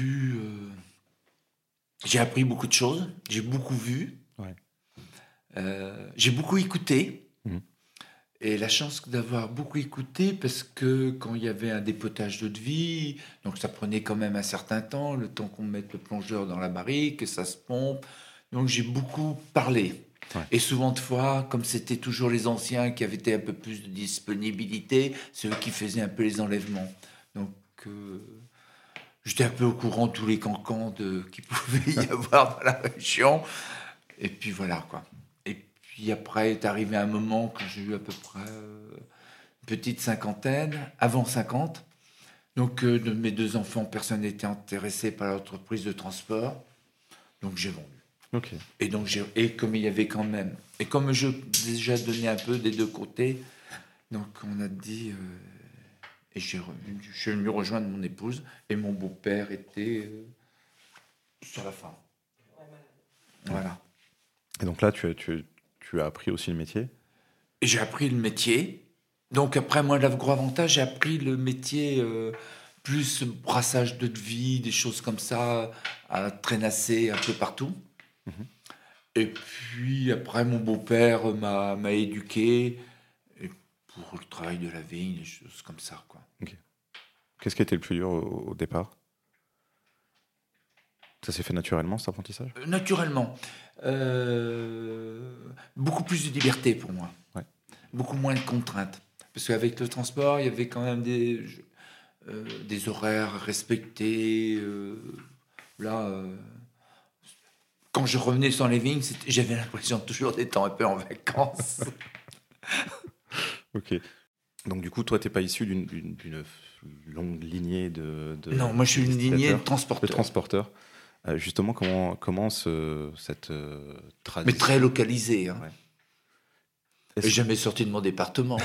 j'ai appris beaucoup de choses, j'ai beaucoup vu, Ouais. j'ai beaucoup écouté. Mhm. Et la chance d'avoir beaucoup écouté, parce que quand il y avait un dépotage d'eau de vie, donc ça prenait quand même un certain temps, le temps qu'on mette le plongeur dans la barrique, que ça se pompe. Donc j'ai beaucoup parlé. Ouais. Et souvent de fois, comme c'était toujours les anciens qui avaient un peu plus de disponibilité, c'est eux qui faisaient un peu les enlèvements. Donc j'étais un peu au courant de tous les cancans qu'il pouvait y avoir dans la région. Et puis voilà, quoi. Et puis après est arrivé un moment quand j'ai eu à peu près une petite cinquantaine, avant 50. Donc de mes deux enfants, personne n'était intéressé par l'entreprise de transport. Donc j'ai vendu. Ok. Et donc et comme il y avait quand même, et comme je déjà donné un peu des deux côtés, donc on a dit, et je suis venu rejoindre mon épouse, et mon beau-père était sur la fin. Voilà. Et donc là, tu as appris aussi le métier. Et j'ai appris le métier. Donc après, moi, l'agroavantage, j'ai appris le métier plus brassage d'eau de vie, des choses comme ça, à traînasser un peu partout. Mhm. Et puis après, mon beau-père m'a éduqué et pour le travail de la vigne, des choses comme ça, quoi. Ok. Qu'est-ce qui a été le plus dur au départ? Ça s'est fait naturellement, cet apprentissage? Naturellement. Beaucoup plus de liberté pour moi. Ouais. Beaucoup moins de contraintes. Parce qu'avec le transport, il y avait quand même des horaires respectés. Quand je revenais sur les vignes, j'avais l'impression toujours d'être un peu en vacances. Ok. Donc du coup, toi, t'es pas issu d'une longue lignée Non, moi je suis une lignée de de transporteur. transporteurs. Justement, comment cette Mais tradition... très localisée. Hein. Ouais. Et jamais sorti de mon département.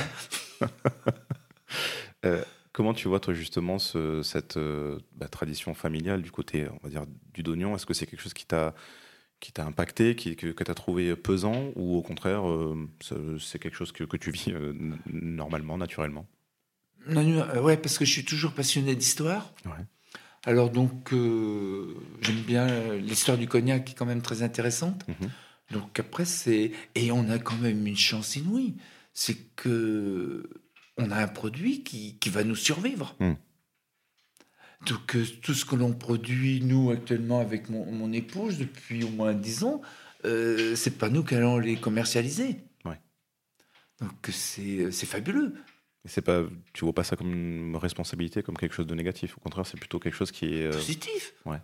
Comment tu vois, toi, justement, cette tradition familiale du côté, on va dire, du Dognon? Est-ce que c'est quelque chose qui t'a impacté, que tu as trouvé pesant, ou au contraire, c'est quelque chose que tu vis normalement, naturellement? Ouais, parce que je suis toujours passionné d'histoire. Ouais. Alors donc, j'aime bien l'histoire du cognac qui est quand même très intéressante. Mhm. Donc après, et on a quand même une chance inouïe. C'est que on a un produit qui va nous survivre. Mm. Donc tout ce que l'on produit, nous, actuellement, avec mon épouse, depuis au moins 10 ans, c'est pas nous qui allons les commercialiser. Ouais. Donc c'est fabuleux. Et c'est pas, tu vois pas ça comme une responsabilité, comme quelque chose de négatif. Au contraire, c'est plutôt quelque chose qui est... Positif. Ouais.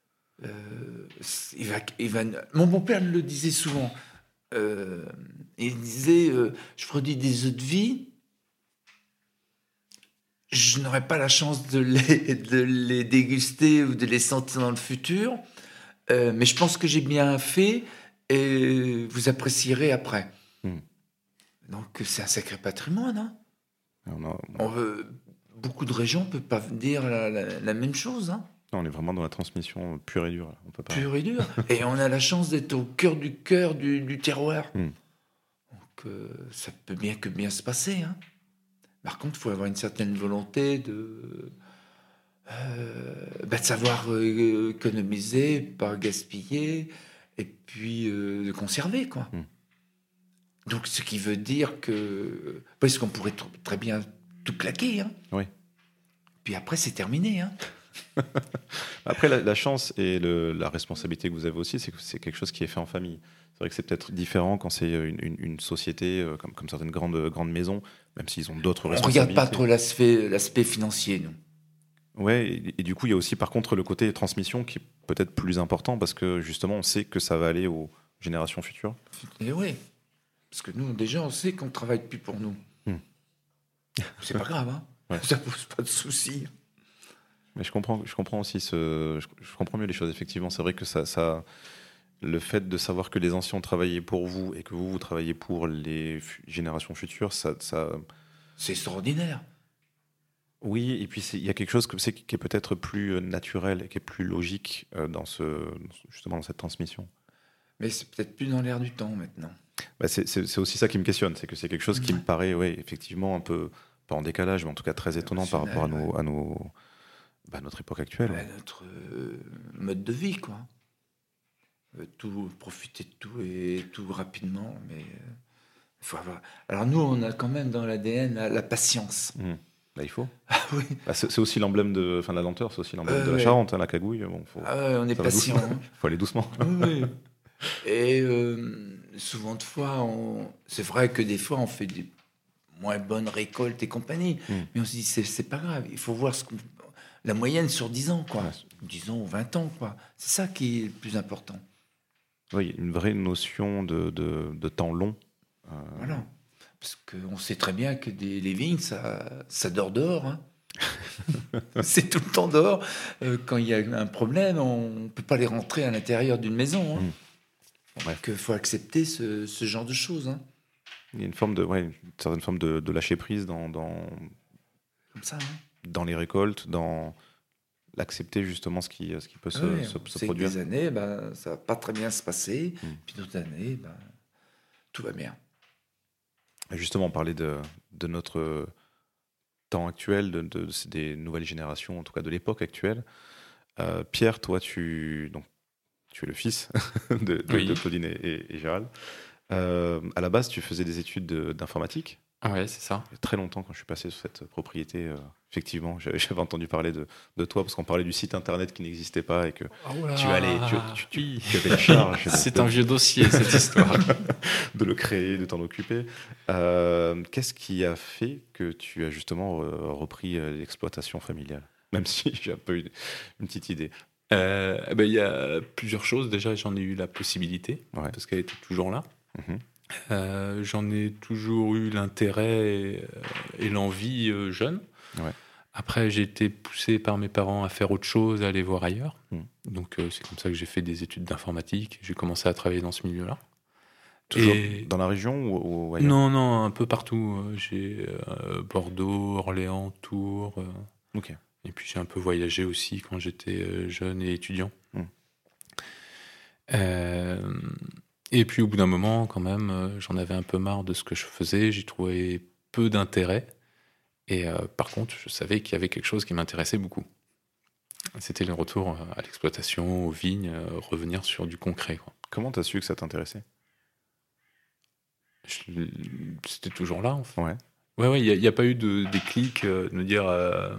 Mon beau-père le disait souvent. Il disait, je produis des eaux de vie, je n'aurai pas la chance de les déguster ou de les sentir dans le futur, mais je pense que j'ai bien fait et vous apprécierez après. Mm. Donc c'est un sacré patrimoine. Hein. On a- Beaucoup de régions ne peuvent pas dire la même chose. Hein. Non, on est vraiment dans la transmission pure et dure. On peut pas... Pur et dur. Et on a la chance d'être au cœur du terroir. Donc, ça peut bien se passer. Hein. Par contre, il faut avoir une certaine volonté de savoir économiser, pas gaspiller, et puis de conserver, quoi. Donc, ce qui veut dire que... Parce qu'on pourrait très bien tout claquer. Hein. Oui. Puis après, c'est terminé. Hein. Après, la chance et la responsabilité que vous avez aussi, c'est que c'est quelque chose qui est fait en famille. C'est vrai que c'est peut-être différent quand c'est une société, comme certaines grandes maisons, même s'ils ont d'autres On responsabilités. regarde pas trop l'aspect financier, nous. Ouais, et du coup, il y a aussi par contre le côté transmission qui est peut-être plus important parce que justement, on sait que ça va aller aux générations futures. Et oui, parce que nous, déjà, on sait qu'on travaille plus pour nous. C'est pas grave, hein. Ouais. Ça pose pas de soucis. Mais je comprends aussi je comprends mieux les choses. Effectivement, c'est vrai que ça, le fait de savoir que les anciens ont travaillé pour vous et que vous travaillez pour les générations futures, ça... C'est extraordinaire. Oui, et puis il y a quelque chose qui est peut-être plus naturel et qui est plus logique justement dans cette transmission. Mais c'est peut-être plus dans l'air du temps maintenant. Bah, c'est aussi ça qui me questionne, c'est que c'est quelque chose qui me paraît, effectivement un peu, pas en décalage, mais en tout cas très étonnant par rapport à notre époque actuelle. Notre mode de vie, quoi. Profiter de tout et tout rapidement, mais faut avoir... Alors nous, on a quand même dans l'ADN la patience. Là, il faut. Ah oui. Bah, c'est aussi l'emblème de la lenteur, c'est aussi l'emblème de la Charente, la cagouille. Bon, on est patient. Il faut aller doucement. Oui. Et souvent de fois, c'est vrai que des fois, on fait des moins bonnes récoltes et compagnie, mais on se dit, c'est pas grave, il faut voir la moyenne sur 10 ans, quoi. 10 ans ou 20 ans, quoi. C'est ça qui est le plus important. Oui, une vraie notion de temps long. Voilà. Parce qu'on sait très bien que les vignes, ça dort dehors. Hein. C'est tout le temps dehors. Quand il y a un problème, on ne peut pas les rentrer à l'intérieur d'une maison. Hein. Donc, il faut accepter ce genre de choses. Hein. Il y a une certaine forme de lâcher prise dans Comme ça, hein. Dans les récoltes, dans l'accepter justement ce qui peut se produire. Des années, ça va pas très bien se passer. Puis d'autres années, tout va bien. Et justement, on parlait de notre temps actuel, des nouvelles générations, en tout cas de l'époque actuelle. Pierre, toi, tu es le fils de Claudine et Gérald. À la base, tu faisais des études d'informatique. Ouais, c'est ça. Il y a très longtemps, quand je suis passé sur cette propriété, effectivement, j'avais toi entendu parler de toi, parce qu'on parlait du site internet qui n'existait pas et que tu avais la charge. C'est un vieux dossier, cette histoire. De le créer, de t'en occuper. Qu'est-ce qui a fait que tu as justement repris l'exploitation familiale? Même si j'ai un peu une petite idée. Il y a plusieurs choses. Déjà, j'en ai eu la possibilité, parce qu'elle était toujours là. J'en ai toujours eu l'intérêt et l'envie jeune. Après, j'ai été poussé par mes parents à faire autre chose, à aller voir ailleurs. Donc, c'est comme ça que j'ai fait des études d'informatique. J'ai commencé à travailler dans ce milieu-là. Toujours dans la région ou ailleurs? Non, un peu partout. J'ai Bordeaux, Orléans, Tours. Ok. Et puis, j'ai un peu voyagé aussi quand j'étais jeune et étudiant. Et puis au bout d'un moment, quand même, j'en avais un peu marre de ce que je faisais, j'y trouvais peu d'intérêt. Et par contre, je savais qu'il y avait quelque chose qui m'intéressait beaucoup. C'était le retour à l'exploitation, aux vignes, revenir sur du concret, quoi. Comment t'as su que ça t'intéressait? C'était toujours là, en fait. Ouais, il n'y a pas eu de déclic, de me dire...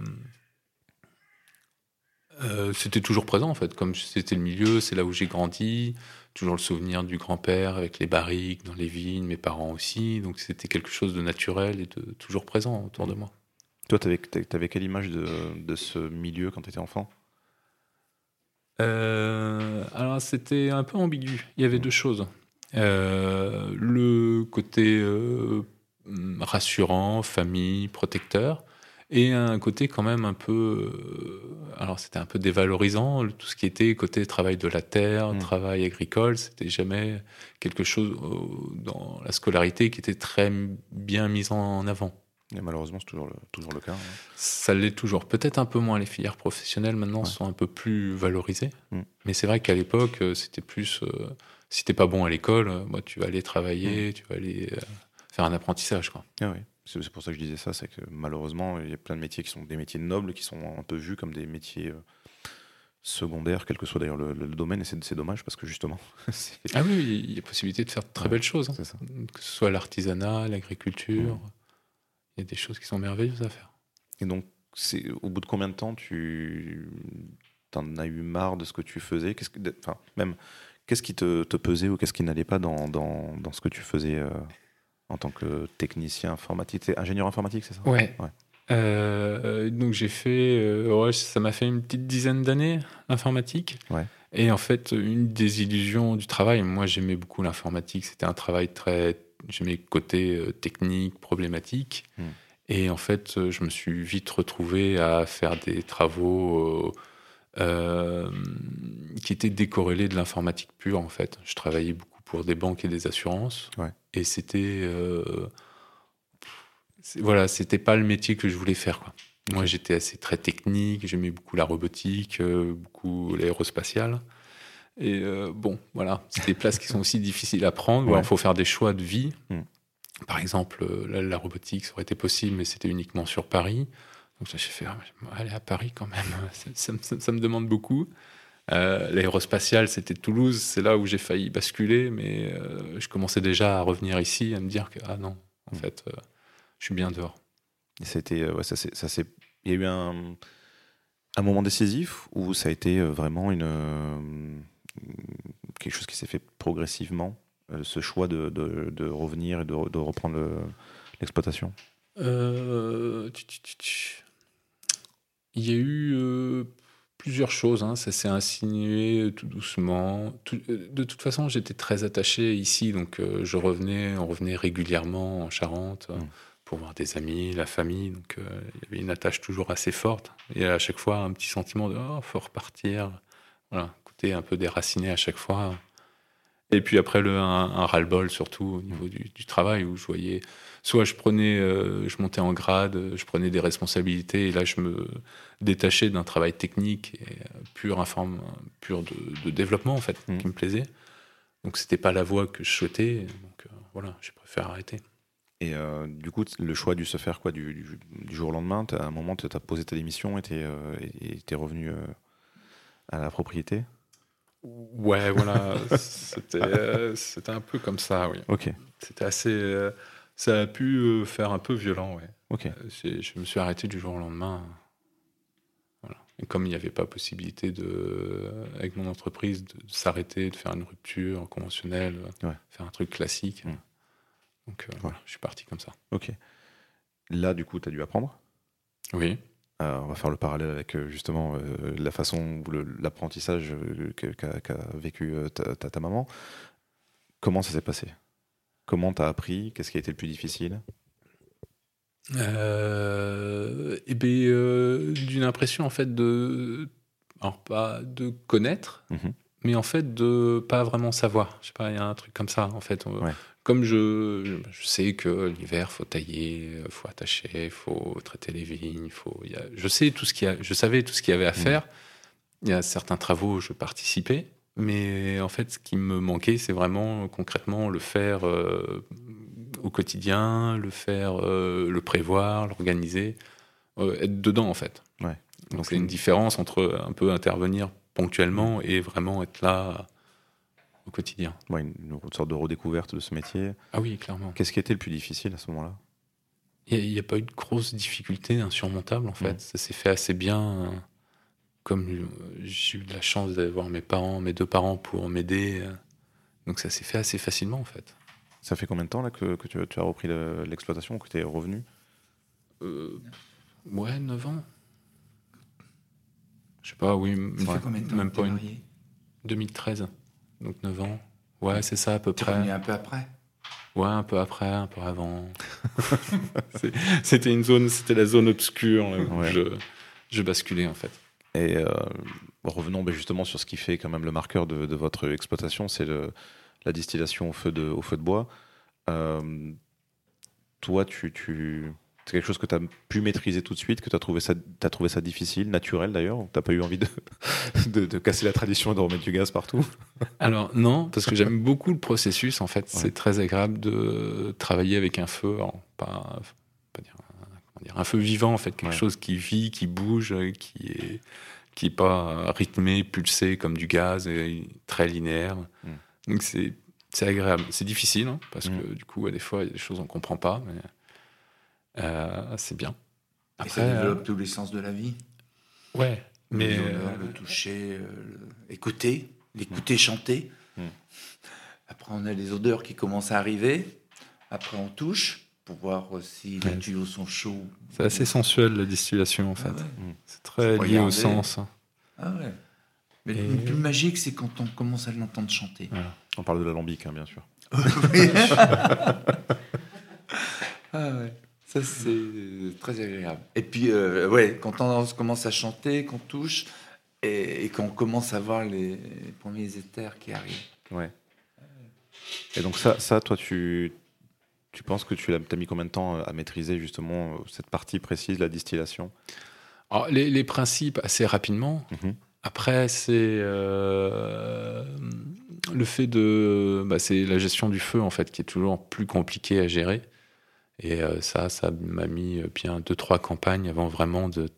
c'était toujours présent, en fait. Comme c'était le milieu, c'est là où j'ai grandi. Toujours le souvenir du grand-père avec les barriques dans les vignes, mes parents aussi. Donc c'était quelque chose de naturel et de toujours présent autour de moi. Toi, t'avais quelle image de ce milieu quand t'étais enfant? Alors c'était un peu ambigu. Il y avait deux choses. Le côté rassurant, famille, protecteur. Et un côté quand même un peu... alors c'était un peu dévalorisant, tout ce qui était côté travail de la terre, travail agricole, c'était jamais quelque chose dans la scolarité qui était très bien mis en avant. Et malheureusement, c'est toujours le cas. Ça l'est toujours. Peut-être un peu moins. Les filières professionnelles, maintenant, sont un peu plus valorisées. Mais c'est vrai qu'à l'époque, c'était plus... si t'es pas bon à l'école, tu vas aller travailler, tu vas aller faire un apprentissage, quoi. Ah oui. C'est pour ça que je disais ça, c'est que malheureusement, il y a plein de métiers qui sont des métiers nobles, qui sont un peu vus comme des métiers secondaires, quel que soit d'ailleurs le domaine, et c'est dommage parce que justement... Ah oui, il y a possibilité de faire de très belles choses. C'est ça. Que ce soit l'artisanat, l'agriculture, il y a des choses qui sont merveilleuses à faire. Et donc, au bout de combien de temps t'en as eu marre de ce que tu faisais? Qu'est-ce qui te pesait ou qu'est-ce qui n'allait pas dans ce que tu faisais en tant que technicien informatique? T'es ingénieur informatique, c'est ça? Ouais. Donc j'ai fait... ça m'a fait une petite dizaine d'années, l'informatique. Ouais. Et en fait, une des illusions du travail, moi j'aimais beaucoup l'informatique, c'était un travail j'aimais le côté technique, problématique. Et en fait, je me suis vite retrouvé à faire des travaux qui étaient décorrélés de l'informatique pure, en fait. Je travaillais beaucoup pour des banques et des assurances. Ouais. Et c'était... c'était pas le métier que je voulais faire, quoi. Moi, j'étais très technique, j'aimais beaucoup la robotique, beaucoup l'aérospatiale. Et c'est des places qui sont aussi difficiles à prendre. Il faut faire des choix de vie. Par exemple, la robotique, ça aurait été possible, mais c'était uniquement sur Paris. Donc j'ai fait, aller à Paris quand même, ça me demande beaucoup. L'aérospatiale, c'était Toulouse, c'est là où j'ai failli basculer, mais je commençais déjà à revenir ici, à me dire que, en fait, je suis bien dehors. Et c'était, il y a eu un moment décisif où ça a été vraiment quelque chose qui s'est fait progressivement, ce choix de revenir et de reprendre l'exploitation? Il y a eu plusieurs choses, ça s'est insinué tout doucement. De toute façon, j'étais très attaché ici, donc on revenait régulièrement en Charente pour voir des amis, la famille, donc il y avait une attache toujours assez forte. Et à chaque fois, un petit sentiment de « faut repartir ». Voilà, côté un peu déraciné à chaque fois. Et puis après, un ras-le-bol, surtout au niveau du travail, où je voyais... Soit je montais en grade, je prenais des responsabilités, et là, je me détachais d'un travail technique et pur de développement, en fait, qui me plaisait. Donc, c'était pas la voie que je souhaitais. Donc, j'ai préféré arrêter. Et du coup, le choix dû se faire quoi, du jour au lendemain? À un moment, tu as posé ta démission et t'es revenu à la propriété? Ouais, voilà, c'était un peu comme ça, oui. Ok. C'était assez... ça a pu faire un peu violent, ouais. Ok. Je me suis arrêté du jour au lendemain. Voilà. Et comme il n'y avait pas possibilité avec mon entreprise de s'arrêter, de faire une rupture conventionnelle, faire un truc classique, donc je suis parti comme ça. Ok. Là, du coup, tu as dû apprendre? Oui. On va faire le parallèle avec justement la façon ou l'apprentissage qu'a vécu ta maman. Comment ça s'est passé? Comment tu as appris? Qu'est-ce qui a été le plus difficile? D'une impression en fait alors pas de connaître, mais en fait de pas vraiment savoir. Je sais pas, il y a un truc comme ça en fait. Comme je sais que l'hiver faut tailler, faut attacher, faut traiter les vignes, je savais tout ce qu'il y avait à faire. Il y a certains travaux, je participais, mais en fait ce qui me manquait, c'est vraiment concrètement le faire au quotidien, le prévoir, l'organiser, être dedans en fait. Ouais. Donc c'est une différence entre un peu intervenir ponctuellement et vraiment être là au quotidien. Ouais, une sorte de redécouverte de ce métier. Ah oui, clairement. Qu'est-ce qui a été le plus difficile à ce moment-là? Il n'y a pas eu de grosse difficulté insurmontable en fait. Ça s'est fait assez bien. Comme j'ai eu de la chance d'avoir mes deux parents pour m'aider. Donc ça s'est fait assez facilement en fait. Ça fait combien de temps là, que tu as repris l'exploitation, que tu es revenu? 9 ans. Je sais pas, oui. Ça fait combien de temps même que pas t'es marié? 2013. Donc 9 ans. Ouais, c'est ça à peu T'es près. revenu un peu après? Ouais, un peu après, un peu avant. C'était la zone obscure où je basculais en fait. Et revenons justement sur ce qui fait quand même le marqueur de votre exploitation, c'est la distillation au feu de bois. Toi, tu C'est quelque chose que tu as pu maîtriser tout de suite, que tu as trouvé ça difficile, naturel d'ailleurs, ou tu n'as pas eu envie de casser la tradition et de remettre du gaz partout? Alors non, parce que j'aime beaucoup le processus. En fait, c'est très agréable de travailler avec un feu, pas dire un feu vivant en fait, quelque chose qui vit, qui bouge, qui est pas rythmé, pulsé comme du gaz, et très linéaire. Donc c'est agréable. C'est difficile parce que du coup, des fois, il y a des choses on comprend pas, mais c'est bien. Après, et ça développe tous les sens de la vie. Ouais, mais le toucher, l'écouter chanter. Après, on a les odeurs qui commencent à arriver. Après, on touche pour voir si les tuyaux sont chauds. C'est assez sensuel la distillation en fait. C'est très lié au sens. Ah ouais. Mais le plus magique, c'est quand on commence à l'entendre chanter. Voilà. On parle de l'alambic, bien sûr. Ah ouais. Ça, c'est très agréable. Et puis, quand on commence à chanter, qu'on touche, et qu'on commence à voir les premiers éthers qui arrivent. Ouais. Et donc ça toi, tu penses que tu as mis combien de temps à maîtriser justement cette partie précise, la distillation? Alors, les principes, assez rapidement. Après, c'est le fait c'est la gestion du feu, en fait, qui est toujours plus compliquée à gérer. Et ça m'a mis bien 2-3 campagnes avant vraiment de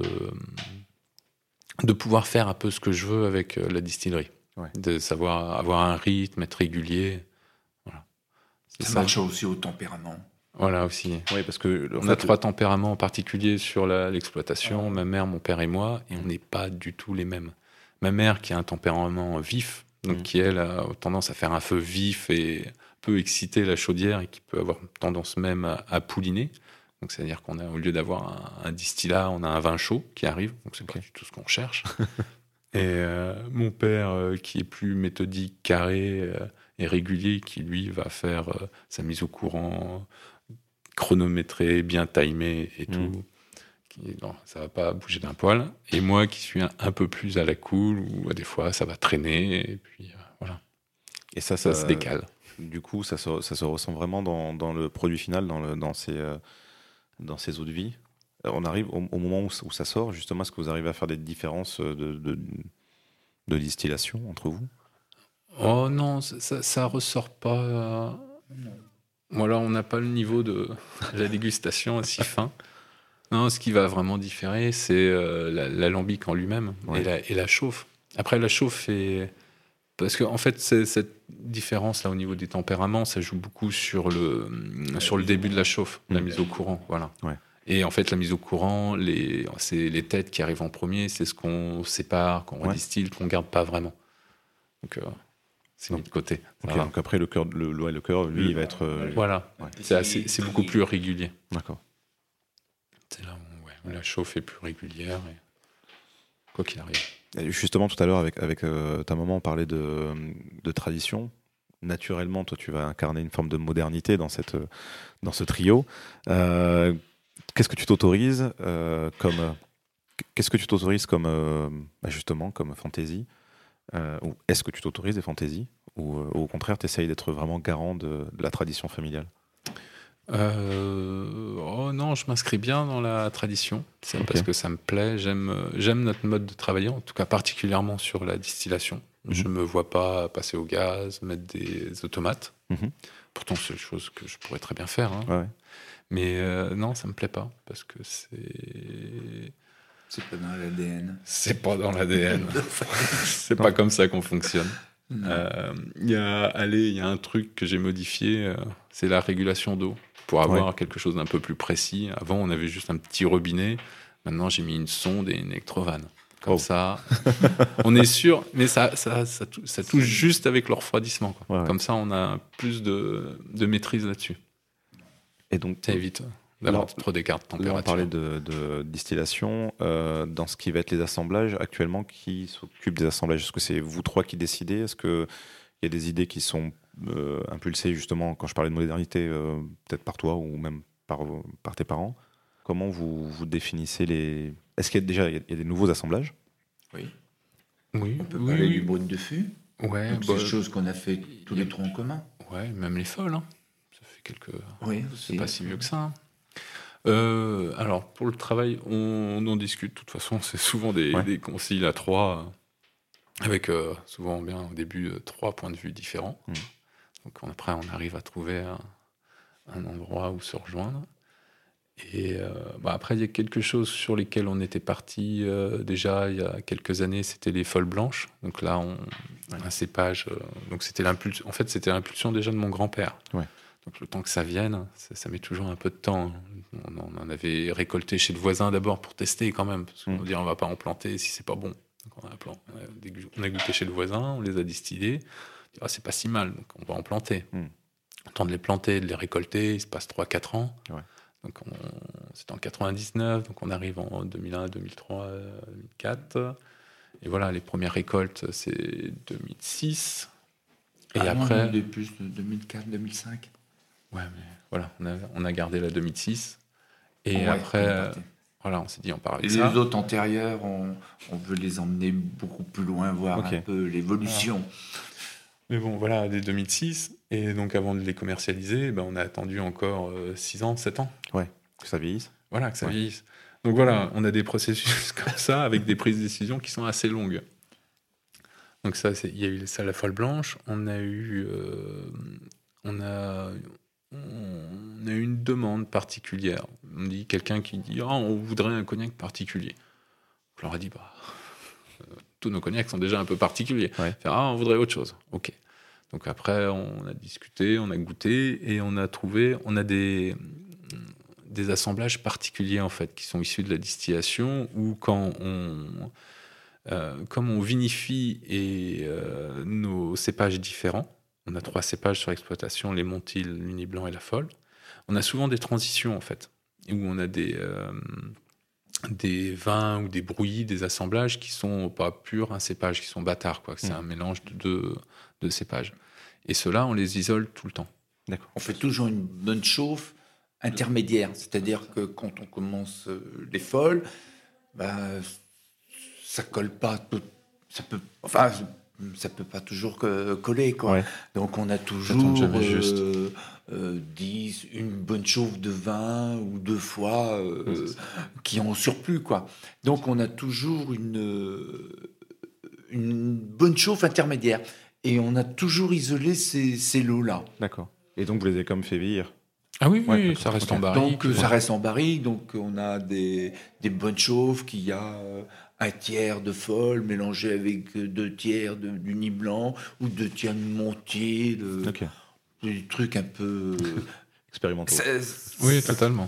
pouvoir faire un peu ce que je veux avec la distillerie. Ouais. De savoir avoir un rythme, être régulier. Voilà. Ça marche aussi au tempérament. Voilà aussi. Oui, parce que on a 3 tempéraments en particulier sur l'exploitation, ma mère, mon père et moi, et on n'est pas du tout les mêmes. Ma mère qui a un tempérament vif, donc qui elle a tendance à faire un feu vif et peut exciter la chaudière et qui peut avoir tendance même à pouliner. Donc c'est-à-dire qu'on a, au lieu d'avoir un distillat, on a un vin chaud qui arrive, donc c'est pas du tout ce qu'on cherche. Et mon père qui est plus méthodique, carré et régulier, qui lui va faire sa mise au courant chronométrée, bien timée et tout. Non, ça va pas bouger d'un poil. Et moi qui suis un peu plus à la cool, ou des fois ça va traîner, et puis voilà. Et ça se décale. Du coup, ça se ressent vraiment dans le produit final, dans ces eaux de vie. On arrive au moment où ça sort, justement, est-ce que vous arrivez à faire des différences de distillation entre vous? Oh non, ça ressort pas. Voilà, on n'a pas le niveau de la dégustation aussi fin. Non, ce qui va vraiment différer, c'est l'alambic en lui-même et la chauffe. Après, la chauffe est... Parce qu'en fait, cette différence-là au niveau des tempéraments, ça joue beaucoup sur le début de la chauffe, la mise au courant. Voilà. Ouais. Et en fait, la mise au courant, c'est les têtes qui arrivent en premier, c'est ce qu'on sépare, qu'on redistille, qu'on ne garde pas vraiment. Donc, c'est mis de côté. Okay, donc après, le cœur, lui, il va être... Voilà, c'est beaucoup plus régulier. D'accord. C'est là où la chauffe est plus régulière, et quoi qu'il arrive. Et justement, tout à l'heure, avec ta maman, on parlait de tradition. Naturellement, toi, tu vas incarner une forme de modernité dans ce trio. Qu'est-ce que tu t'autorises justement comme fantaisie, ou est-ce que tu t'autorises des fantaisies, ou au contraire, tu essayes d'être vraiment garant de la tradition familiale? Non, je m'inscris bien dans la tradition, parce que ça me plaît. J'aime notre mode de travailler, en tout cas particulièrement sur la distillation. Je ne me vois pas passer au gaz, mettre des automates. Pourtant, c'est une chose que je pourrais très bien faire. Mais non, ça me plaît pas, parce que c'est pas dans l'ADN. C'est pas dans l'ADN. C'est pas comme ça qu'on fonctionne. Il y a un truc que j'ai modifié, c'est la régulation d'eau, pour avoir quelque chose d'un peu plus précis. Avant, on avait juste un petit robinet. Maintenant, j'ai mis une sonde et une électrovanne. Comme ça, on est sûr, mais ça touche juste avec le refroidissement. Comme ça, on a plus de maîtrise là-dessus. Et donc, ça évite d'avoir trop d'écart de température. Là, on parlait de distillation. Dans ce qui va être les assemblages, actuellement, qui s'occupe des assemblages? Est-ce que c'est vous trois qui décidez? Est-ce qu'il y a des idées qui sont impulsées, justement, quand je parlais de modernité, peut-être par toi ou même par tes parents? Comment vous définissez les... Est-ce qu'il y a des nouveaux assemblages? Oui. On peut parler du brut de fût. Ouais. C'est des choses qu'on a fait tous les trois en commun. Ouais, même les folles. Ça fait quelques... Oui, c'est pas si vieux que ça. Alors, pour le travail, on en discute. De toute façon, c'est souvent des concils à 3, avec souvent bien au début 3 points de vue différents. Donc après, on arrive à trouver un endroit où se rejoindre. Et après, il y a quelque chose sur lesquels on était parti déjà il y a quelques années, c'était les folles blanches. Donc là, un cépage. Donc c'était l'impulsion. En fait, c'était l'impulsion déjà de mon grand-père. Ouais. Donc le temps que ça vienne, ça met toujours un peu de temps. On en avait récolté chez le voisin d'abord pour tester quand même, parce qu'on dit on va pas en planter si c'est pas bon. Donc on a goûté chez le voisin, on les a distillés. On dit, c'est pas si mal, donc on va en planter. Le temps de les planter, de les récolter, il se passe 3-4 ans. Ouais. Donc c'était en 99, donc on arrive en 2001, 2003, 2004. Et voilà, les premières récoltes, c'est 2006. Et après... Non, plus de 2004, 2005. Ouais, mais voilà, on a gardé la 2006. Et après, voilà, on s'est dit, on part avec ça. Les autres antérieurs, on veut les emmener beaucoup plus loin, voir un peu l'évolution. Mais bon, voilà, dès 2006. Et donc, avant de les commercialiser, on a attendu encore 6 ans, 7 ans. Ouais, que ça vieillisse. Voilà, que ça vieillisse. Donc voilà, on a des processus comme ça, avec des prises de décision qui sont assez longues. Donc ça, il y a eu ça, la folle blanche. On a eu... on a eu une demande particulière. On dit quelqu'un qui dit on voudrait un cognac particulier. Je leur ai dit tous nos cognacs sont déjà un peu particuliers. Ouais. On voudrait autre chose. Ok. Donc après on a discuté, on a goûté et on a des assemblages particuliers en fait qui sont issus de la distillation où quand comme on vinifie nos cépages différents. On a 3 cépages sur exploitation, les Montil, l'Uni Blanc et la Folle. On a souvent des transitions, en fait, où on a des vins ou des brouillis, des assemblages qui sont pas purs un cépage, qui sont bâtards, quoi. C'est un mélange de cépages. Et ceux-là, on les isole tout le temps. D'accord. On fait toujours une bonne chauffe intermédiaire. C'est-à-dire que quand on commence les Folles, ça colle pas tout. Ça peut pas toujours coller, quoi. Ouais. Donc on a toujours 10, une bonne chauffe de 20 ou 2 fois qui ont surplus, quoi. Donc on a toujours une bonne chauffe intermédiaire. Et on a toujours isolé ces lots-là. D'accord. Et donc vous les avez comme fait vieillir? Ah oui, ça reste en barrique. Donc ça reste en barrique, donc on a des bonnes chauffes qui a... un tiers de Folle mélangé avec 2 tiers d'Uni Blanc ou 2 tiers de Montier, des trucs un peu expérimentaux. Oui, totalement.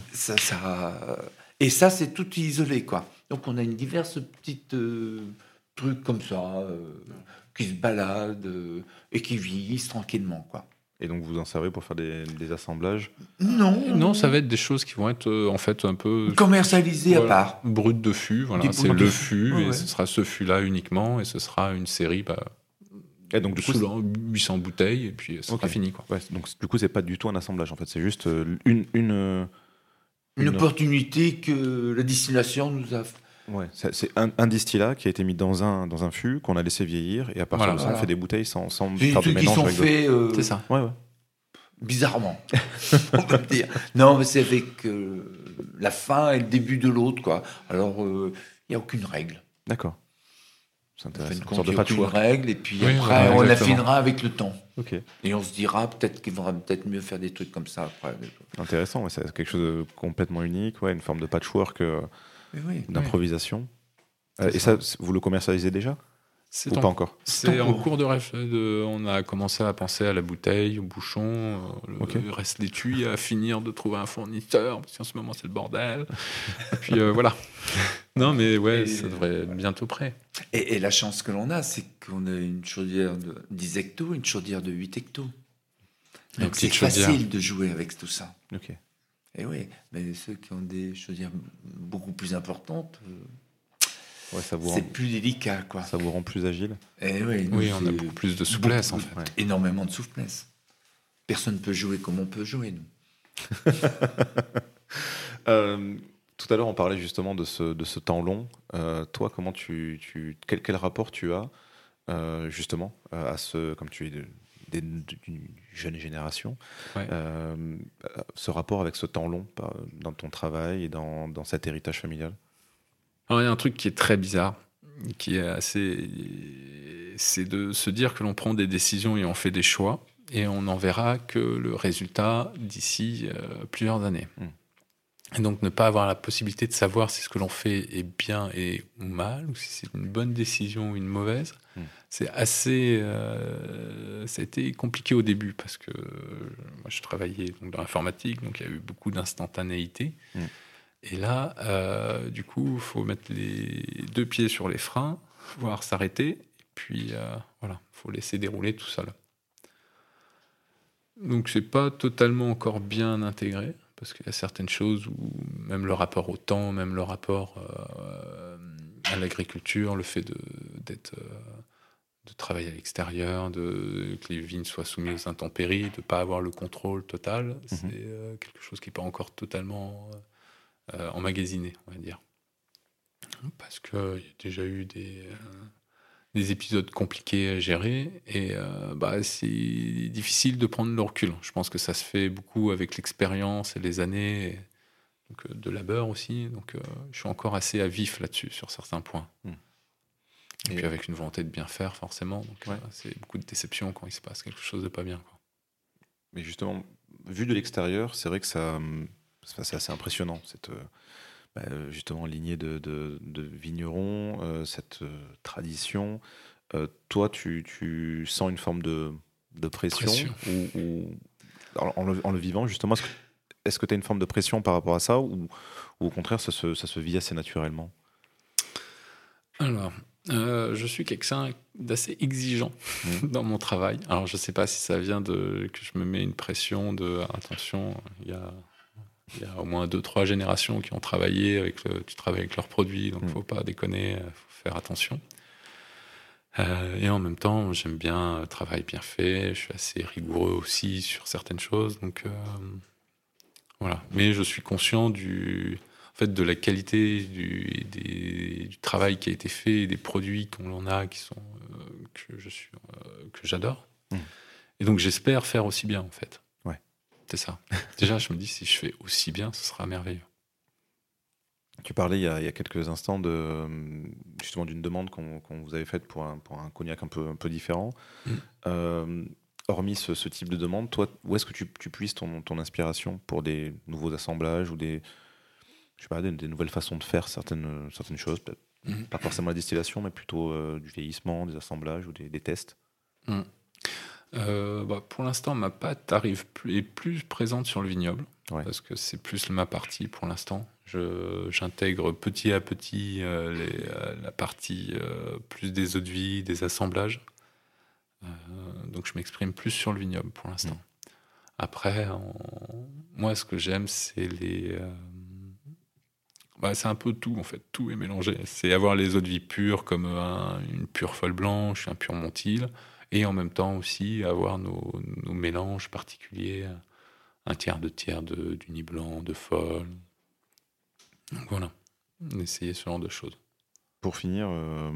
Et ça, c'est tout isolé, quoi. Donc on a une diverse petites trucs comme ça qui se baladent et qui vieillissent tranquillement, quoi. Et donc vous en servez pour faire des assemblages? Non, ça va être des choses qui vont être en fait un peu commercialisées à part. Brut de fût, voilà, c'est le fût et ce sera ce fût-là uniquement et ce sera une série et donc, du coup, 800 bouteilles et puis ce sera fini, quoi. Ouais, donc du coup c'est pas du tout un assemblage en fait, c'est juste une opportunité que la distillation nous a... Ouais, c'est un distillat qui a été mis dans un fût qu'on a laissé vieillir et à partir de ça on fait des bouteilles sans faire de mélange. Qui sont faits c'est ça. Ouais. Bizarrement, on peut dire. Non, mais c'est avec la fin et le début de l'autre, quoi. Alors il n'y a aucune règle. D'accord. C'est intéressant. Une sorte de patchwork. Règle et puis après on affinera avec le temps. Okay. Et on se dira peut-être qu'il faudra peut-être mieux faire des trucs comme ça après. Intéressant, c'est quelque chose de complètement unique, une forme de patchwork. D'improvisation. Et ça, vous le commercialisez déjà? Ou pas encore? C'est en cours de on a commencé à penser à la bouteille, au bouchon, il reste l'étui à finir de trouver un fournisseur, parce qu'en ce moment c'est le bordel. Et puis voilà. Non mais ça devrait être bientôt prêt. Et la chance que l'on a, c'est qu'on a une chaudière de 10 hectos, une chaudière de 8 hectos. Donc c'est facile de jouer avec tout ça. Ok. Et oui, mais ceux qui ont des chaudières beaucoup plus importantes, c'est plus délicat, quoi. Ça vous rend plus agile. Et oui, on a beaucoup plus de souplesse, en fait. Énormément de souplesse. Personne ne peut jouer comme on peut jouer, nous. Tout à l'heure, on parlait justement de ce temps long. Toi, comment quel rapport tu as justement à ce, comme tu d'une jeune génération. Ouais. Ce rapport avec ce temps long dans ton travail et dans cet héritage familial. Alors, il y a un truc qui est très bizarre, qui est assez... C'est de se dire que l'on prend des décisions et on fait des choix, et on n'en verra que le résultat d'ici plusieurs années. Et donc, ne pas avoir la possibilité de savoir si ce que l'on fait est bien ou mal, ou si c'est une bonne décision ou une mauvaise, c'est assez... ça a été compliqué au début, parce que moi, je travaillais donc, dans l'informatique, donc il y a eu beaucoup d'instantanéité. Et là, du coup, il faut mettre les 2 pieds sur les freins, voire s'arrêter, et puis voilà, il faut laisser dérouler tout seul. Donc, c'est pas totalement encore bien intégré, parce qu'il y a certaines choses où même le rapport au temps, même le rapport à l'agriculture, le fait de travailler à l'extérieur, que les vignes soient soumises aux intempéries, de ne pas avoir le contrôle total, c'est quelque chose qui n'est pas encore totalement emmagasiné, on va dire. Parce qu'il y a déjà eu des épisodes compliqués à gérer, et c'est difficile de prendre le recul. Je pense que ça se fait beaucoup avec l'expérience et les années, donc, de labeur aussi. Donc je suis encore assez à vif là-dessus, sur certains points. Et puis avec une volonté de bien faire, forcément. Donc c'est beaucoup de déception quand il se passe quelque chose de pas bien, quoi. Mais justement, vu de l'extérieur, c'est vrai que c'est assez impressionnant, cette... justement lignée de vignerons, cette tradition. Toi, tu sens une forme de pression. Ou en le vivant, justement, est-ce que tu as une forme de pression par rapport à ça, ou au contraire, ça se vit assez naturellement? Alors, je suis quelqu'un d'assez exigeant dans mon travail. Alors, je ne sais pas si ça vient que je me mets une pression de « attention, il y a au moins 2-3 générations qui ont travaillé tu travailles avec leurs produits, donc il ne faut pas déconner, il faut faire attention. Et en même temps, j'aime bien le travail bien fait, je suis assez rigoureux aussi sur certaines choses. Donc, voilà. Mais je suis conscient de la qualité du travail qui a été fait, et des produits qu'on a que j'adore. Et donc, j'espère faire aussi bien, en fait. C'est ça. Déjà, je me dis, si je fais aussi bien, ce sera merveilleux. Tu parlais il y a quelques instants justement d'une demande qu'on vous avait faite pour un cognac un peu différent. Hormis ce type de demande, toi, où est-ce que tu puises ton inspiration pour des nouveaux assemblages ou des nouvelles façons de faire certaines choses, peut-être pas forcément la distillation, mais plutôt du vieillissement, des assemblages ou des tests? Pour l'instant, ma pâte est plus présente sur le vignoble, parce que c'est plus ma partie pour l'instant. J'intègre petit à petit la partie plus des eaux de vie, des assemblages. Donc je m'exprime plus sur le vignoble pour l'instant. Après, moi, ce que j'aime, c'est c'est un peu tout, en fait. Tout est mélangé. C'est avoir les eaux de vie pures, comme une pure folle blanche, un pur Montil, et en même temps aussi avoir nos mélanges particuliers, un tiers, 2 tiers du Nid blanc, de folle. Donc voilà, essayer ce genre de choses. Pour finir,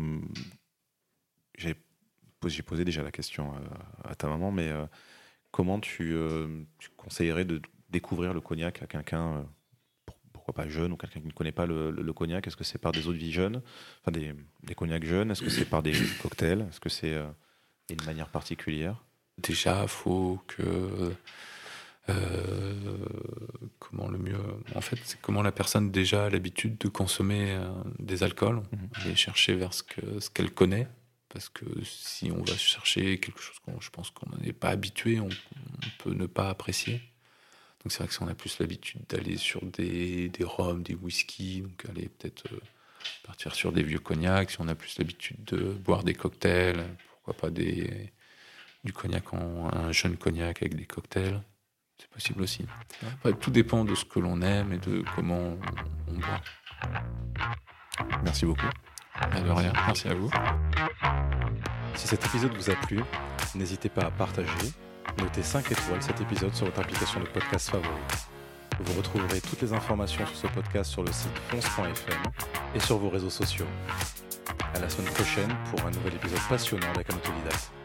j'ai posé déjà la question à ta maman, mais comment tu conseillerais de découvrir le cognac à quelqu'un, pourquoi pas jeune, ou quelqu'un qui ne connaît pas le cognac? Est-ce que c'est par des eaux de vie jeunes, enfin des cognacs jeunes? Est-ce que c'est par des cocktails? Est-ce que c'est une manière particulière? Déjà, il faut que... comment le mieux... En fait, c'est comment la personne déjà a l'habitude de consommer des alcools, et chercher vers ce qu'elle connaît. Parce que si on va chercher quelque chose je pense qu'on n'est pas habitué, on peut ne pas apprécier. Donc c'est vrai que si on a plus l'habitude d'aller sur des rhums, des whiskies, donc aller peut-être partir sur des vieux cognacs. Si on a plus l'habitude de boire des cocktails, pourquoi pas du cognac, un jeune cognac avec des cocktails. C'est possible aussi. Enfin, tout dépend de ce que l'on aime et de comment on boit. Merci beaucoup. De rien, merci à vous. Si cet épisode vous a plu, n'hésitez pas à partager, noter 5 étoiles cet épisode sur votre application de podcast favorite. Vous retrouverez toutes les informations sur ce podcast sur le site fonce.fm et sur vos réseaux sociaux. À la semaine prochaine pour un nouvel épisode passionnant avec un autodidacte.